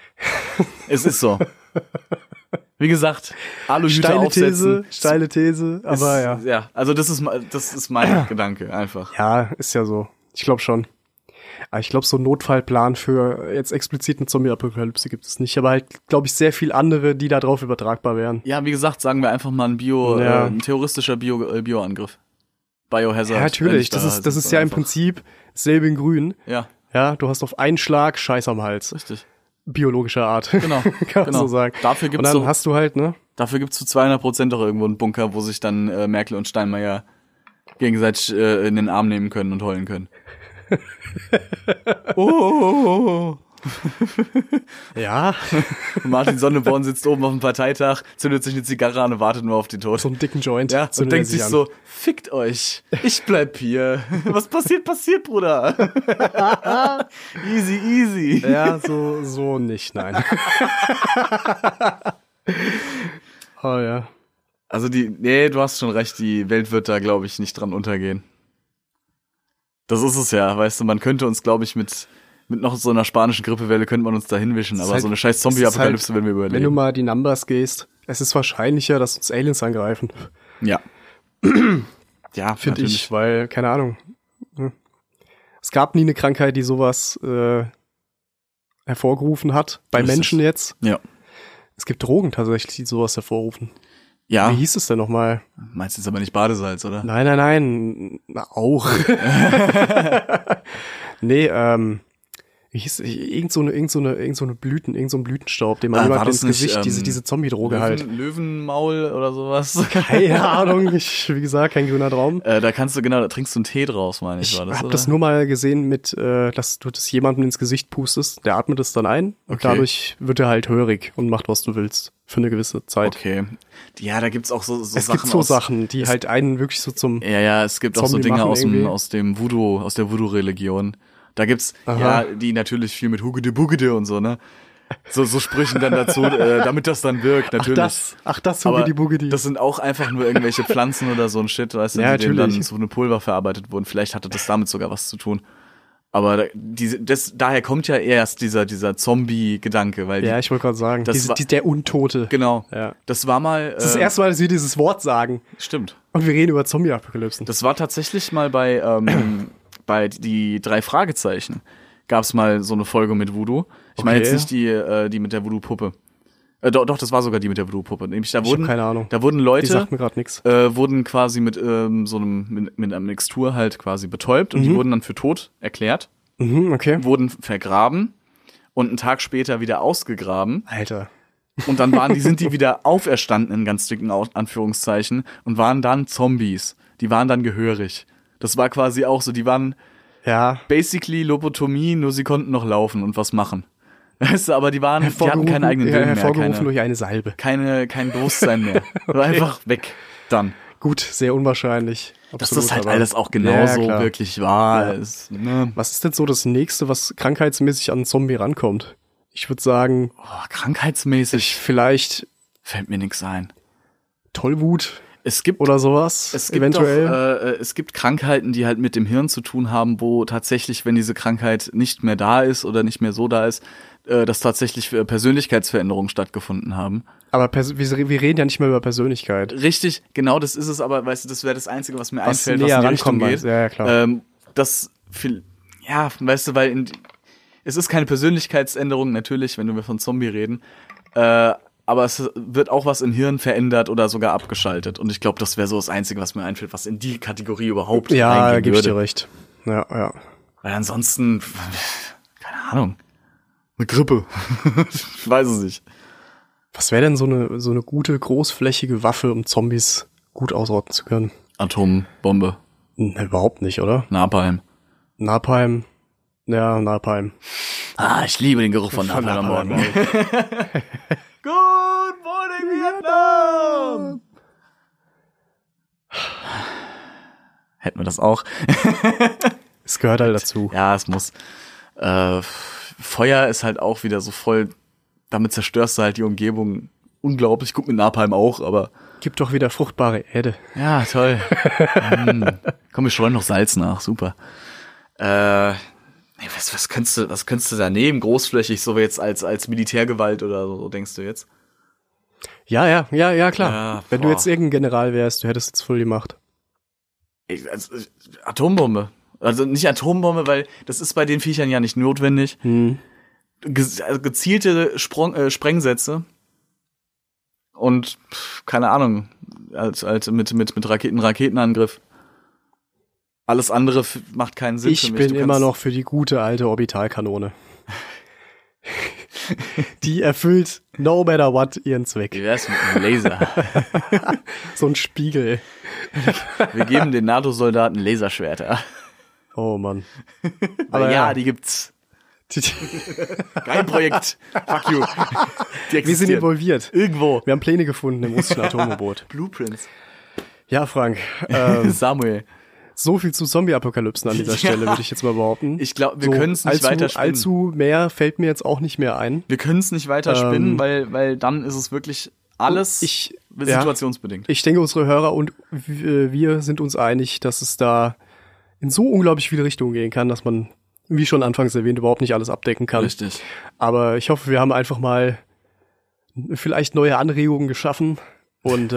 Es ist so. Wie gesagt, Aluhüte aufsetzen. Steile These, aber ist, ja, also das ist mein Gedanke einfach. Ja, ist ja so. Ich glaube schon. Aber ich glaube, so einen Notfallplan für jetzt explizit eine Zombie-Apokalypse gibt es nicht. Aber halt, glaube ich, sehr viel andere, die da drauf übertragbar wären. Ja, wie gesagt, sagen wir einfach mal ein terroristischer Bioangriff. Biohazard. Ja, natürlich. Das ist ja im Prinzip selbe in Grün. Ja. Ja, du hast auf einen Schlag Scheiß am Hals. Richtig. Biologischer Art. Genau. Kann man so sagen. Dafür Und gibt's dann hast du halt, ne? Dafür gibt's zu 200% doch irgendwo einen Bunker, wo sich dann Merkel und Steinmeier gegenseitig in den Arm nehmen können und heulen können. Oh. Ja. Martin Sonneborn sitzt oben auf dem Parteitag, zündet sich eine Zigarre an und wartet nur auf den Tod. So einen dicken Joint. Ja, und denkt sich so, fickt euch, ich bleib hier. Was passiert, Bruder. Easy. Ja, so nicht, nein. Oh ja. Also du hast schon recht, die Welt wird da, glaube ich, nicht dran untergehen. Das ist es ja, weißt du, man könnte uns, glaube ich, mit noch so einer spanischen Grippewelle könnte man uns da hinwischen, aber halt, so eine scheiß Zombie-Apokalypse werden wir überleben. Wenn du mal die Numbers gehst, es ist wahrscheinlicher, dass uns Aliens angreifen. Ja. Ja, finde ich, weil, keine Ahnung. Es gab nie eine Krankheit, die sowas hervorgerufen hat. Bei Menschen jetzt. Ja. Es gibt Drogen tatsächlich, die sowas hervorrufen. Ja. Wie hieß es denn nochmal? Meinst du jetzt aber nicht Badesalz, oder? Nein. Na, auch. Nee, wie hieß irgend so eine Blüten, irgend so ein Blütenstaub, den man war jemand das ins nicht, Gesicht, diese Zombie-Droge halt. Löwenmaul oder sowas. Keine Ahnung, wie gesagt, kein grüner Traum. Da trinkst du einen Tee draus, meine ich. Ich War das, habe oder? das nur mal gesehen mit, dass du das jemandem ins Gesicht pustest, der atmet es dann ein und Okay. dadurch wird er halt hörig und macht, was du willst, für eine gewisse Zeit. Okay. Ja, da gibt's auch so Es Sachen gibt so aus, Sachen, die halt einen wirklich so zum... Ja, es gibt auch so Zombie Dinge machen irgendwie. aus der Voodoo-Religion. Da gibt's, Aha. die natürlich viel mit Hugede Bugede und so, ne? So Sprüchen dann dazu, damit das dann wirkt, natürlich. Ach das, Aber Hugedi Bugedi. das sind auch einfach nur irgendwelche Pflanzen oder so ein Shit, weißt du, Ja, die denen dann natürlich. zu einem Pulver verarbeitet wurden. Vielleicht hatte das damit sogar was zu tun. Aber daher kommt ja erst dieser Zombie-Gedanke, weil Ja, ich wollte gerade sagen, das war- der Untote. genau. Ja. Das war mal. Das ist das erste Mal, dass wir dieses Wort sagen. Stimmt. Und wir reden über Zombie-Apokalypsen. Das war tatsächlich mal bei die 3 Fragezeichen. Gab's mal so eine Folge mit Voodoo. Ich meine Okay. jetzt nicht die mit der Voodoo-Puppe. Doch, das war sogar die mit der Voodoo-Puppe. Nämlich Ich habe keine Ahnung. da wurden Die Leute sagt mir gerade nichts. wurden quasi mit mit einer Mixtur halt quasi betäubt und die wurden dann für tot erklärt, Mhm, okay. wurden vergraben und einen Tag später wieder ausgegraben Alter. und dann sind die wieder auferstanden in ganz dicken Anführungszeichen und waren dann Zombies. Die waren dann gehörig. Das war quasi auch so, die waren Ja. basically Lobotomie, nur sie konnten noch laufen und was machen. Weißt du, aber die hatten keine eigenen Willen mehr, hervorgerufen durch eine Salbe. kein Bewusstsein mehr. War einfach weg dann. Gut, sehr unwahrscheinlich. Dass Absolut, das halt aber- alles auch Ja, genauso klar. wirklich war. Ja. Ist, ne? Was ist denn so das Nächste, was krankheitsmäßig an einen Zombie rankommt? Ich würde sagen, Krankheitsmäßig vielleicht fällt mir nichts ein. Tollwut Es gibt oder sowas. es gibt eventuell. doch, es gibt Krankheiten, die halt mit dem Hirn zu tun haben, wo tatsächlich, wenn diese Krankheit nicht mehr da ist oder nicht mehr so da ist, dass tatsächlich Persönlichkeitsveränderungen stattgefunden haben. Aber wir reden ja nicht mehr über Persönlichkeit. Richtig, genau, das ist es, aber weißt du, das wäre das Einzige, was mir Was einfällt, was näher in die Richtung rankommt, geht. meinst du? Ja, klar. Weißt du, weil es ist keine Persönlichkeitsänderung, natürlich, wenn wir von Zombie reden, aber es wird auch was im Hirn verändert oder sogar abgeschaltet. Und ich glaube, das wäre so das Einzige, was mir einfällt, was in die Kategorie überhaupt Ja, da reingehen gebe ich dir würde. recht. Ja. Weil ansonsten, keine Ahnung, eine Grippe. Ich weiß es nicht. Was wäre denn so eine gute, großflächige Waffe, um Zombies gut ausrotten zu können? Atombombe, Überhaupt nicht, oder? Napalm. Napalm. Ja, Napalm. Ich liebe den Geruch von Von Napalm am Napalm. Morgen. Good morning, Vietnam! Hätten wir das auch? Es gehört halt dazu. Ja, es muss. Feuer ist halt auch wieder so voll, damit zerstörst du halt die Umgebung unglaublich. Gut, mit Napalm auch, aber Gibt doch wieder fruchtbare Erde. ja, toll. Komm, wir streuen noch Salz nach, super. Was könntest du da nehmen, großflächig, so jetzt als Militärgewalt oder so, denkst du jetzt? Ja, klar. Ja, Wenn du boah. jetzt irgendein General wärst, du hättest jetzt voll die Macht. Atombombe. Also nicht Atombombe, weil das ist bei den Viechern ja nicht notwendig. Gezielte Sprengsätze und keine Ahnung, als mit Raketenangriff. Alles andere macht keinen Sinn für Ich mich. bin immer noch für die gute alte Orbitalkanone. Die erfüllt no matter what ihren Zweck. Wie wär's mit einem Laser? So ein Spiegel. Wir geben den NATO-Soldaten Laserschwerter. Oh Mann. Aber Aber ja, ja. die gibt's. Kein Projekt. Fuck you. Die Wir sind existieren. involviert. Irgendwo. Wir haben Pläne gefunden im russischen Atomboot. Blueprints. Ja, Frank. Samuel. So viel zu Zombie-Apokalypsen an dieser Stelle, würde ich jetzt mal behaupten. Ich glaube, wir können es nicht weiter spinnen. Allzu mehr fällt mir jetzt auch nicht mehr ein. Wir können es nicht weiter spinnen, weil dann ist es wirklich alles situationsbedingt. Ich denke, unsere Hörer und wir sind uns einig, dass es da in so unglaublich viele Richtungen gehen kann, dass man, wie schon anfangs erwähnt, überhaupt nicht alles abdecken kann. Richtig. Aber ich hoffe, wir haben einfach mal vielleicht neue Anregungen geschaffen und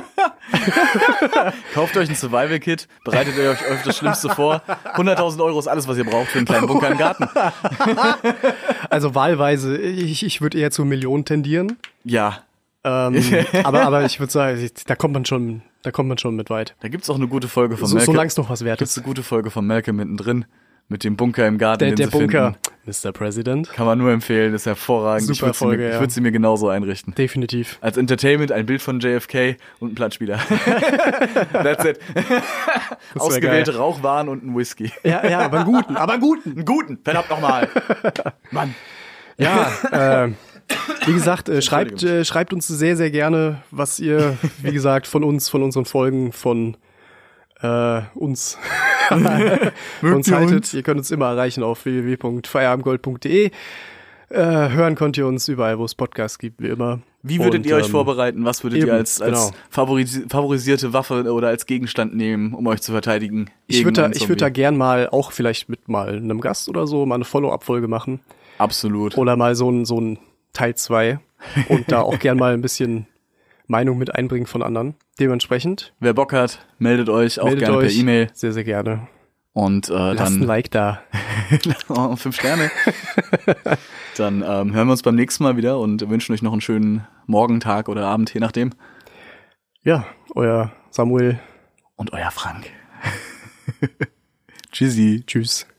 Kauft euch ein Survival-Kit, bereitet euch auf das Schlimmste vor. 100.000 Euro ist alles, was ihr braucht für einen kleinen Bunker im Garten. also wahlweise, ich würde eher zu Millionen tendieren. Ja, Aber ich würde sagen, da kommt man schon mit weit. da gibt's auch eine gute Folge von So, Malcolm. solange es noch was wert Gibt's ist. eine gute Folge von Malcolm mittendrin mit dem Bunker im Garten, Der den sie Bunker. finden. Mr. President. Kann man nur empfehlen, ist hervorragend. Super Folge, ich würde sie mir genauso einrichten. Definitiv. Als Entertainment ein Bild von JFK und ein Plattenspieler. That's it. Ausgewählte geil. Rauchwaren und ein Whisky. Ja, aber einen guten. Einen guten, verdammt nochmal. Mann. Ja, wie gesagt, schreibt uns sehr, sehr gerne, was ihr, wie gesagt, von unseren Folgen, von uns haltet. Ihr könnt uns immer erreichen auf www.feierabendgold.de. Hören könnt ihr uns überall, wo es Podcasts gibt, wie immer. Wie würdet ihr euch vorbereiten? Was würdet ihr als genau. favorisierte Waffe oder als Gegenstand nehmen, um euch zu verteidigen? Ich würde da gern mal, auch vielleicht mit mal einem Gast oder so, mal eine Follow-up-Folge machen. Absolut. Oder mal so ein Teil 2 und da auch gern mal ein bisschen Meinung mit einbringen von anderen. Dementsprechend. Wer Bock hat, meldet euch auch gerne per E-Mail. Sehr, sehr gerne. Und lasst dann ein Like da. 5 Sterne. Dann hören wir uns beim nächsten Mal wieder und wünschen euch noch einen schönen Morgen, Tag oder Abend, je nachdem. Ja, euer Samuel. Und euer Frank. Tschüssi. Tschüss.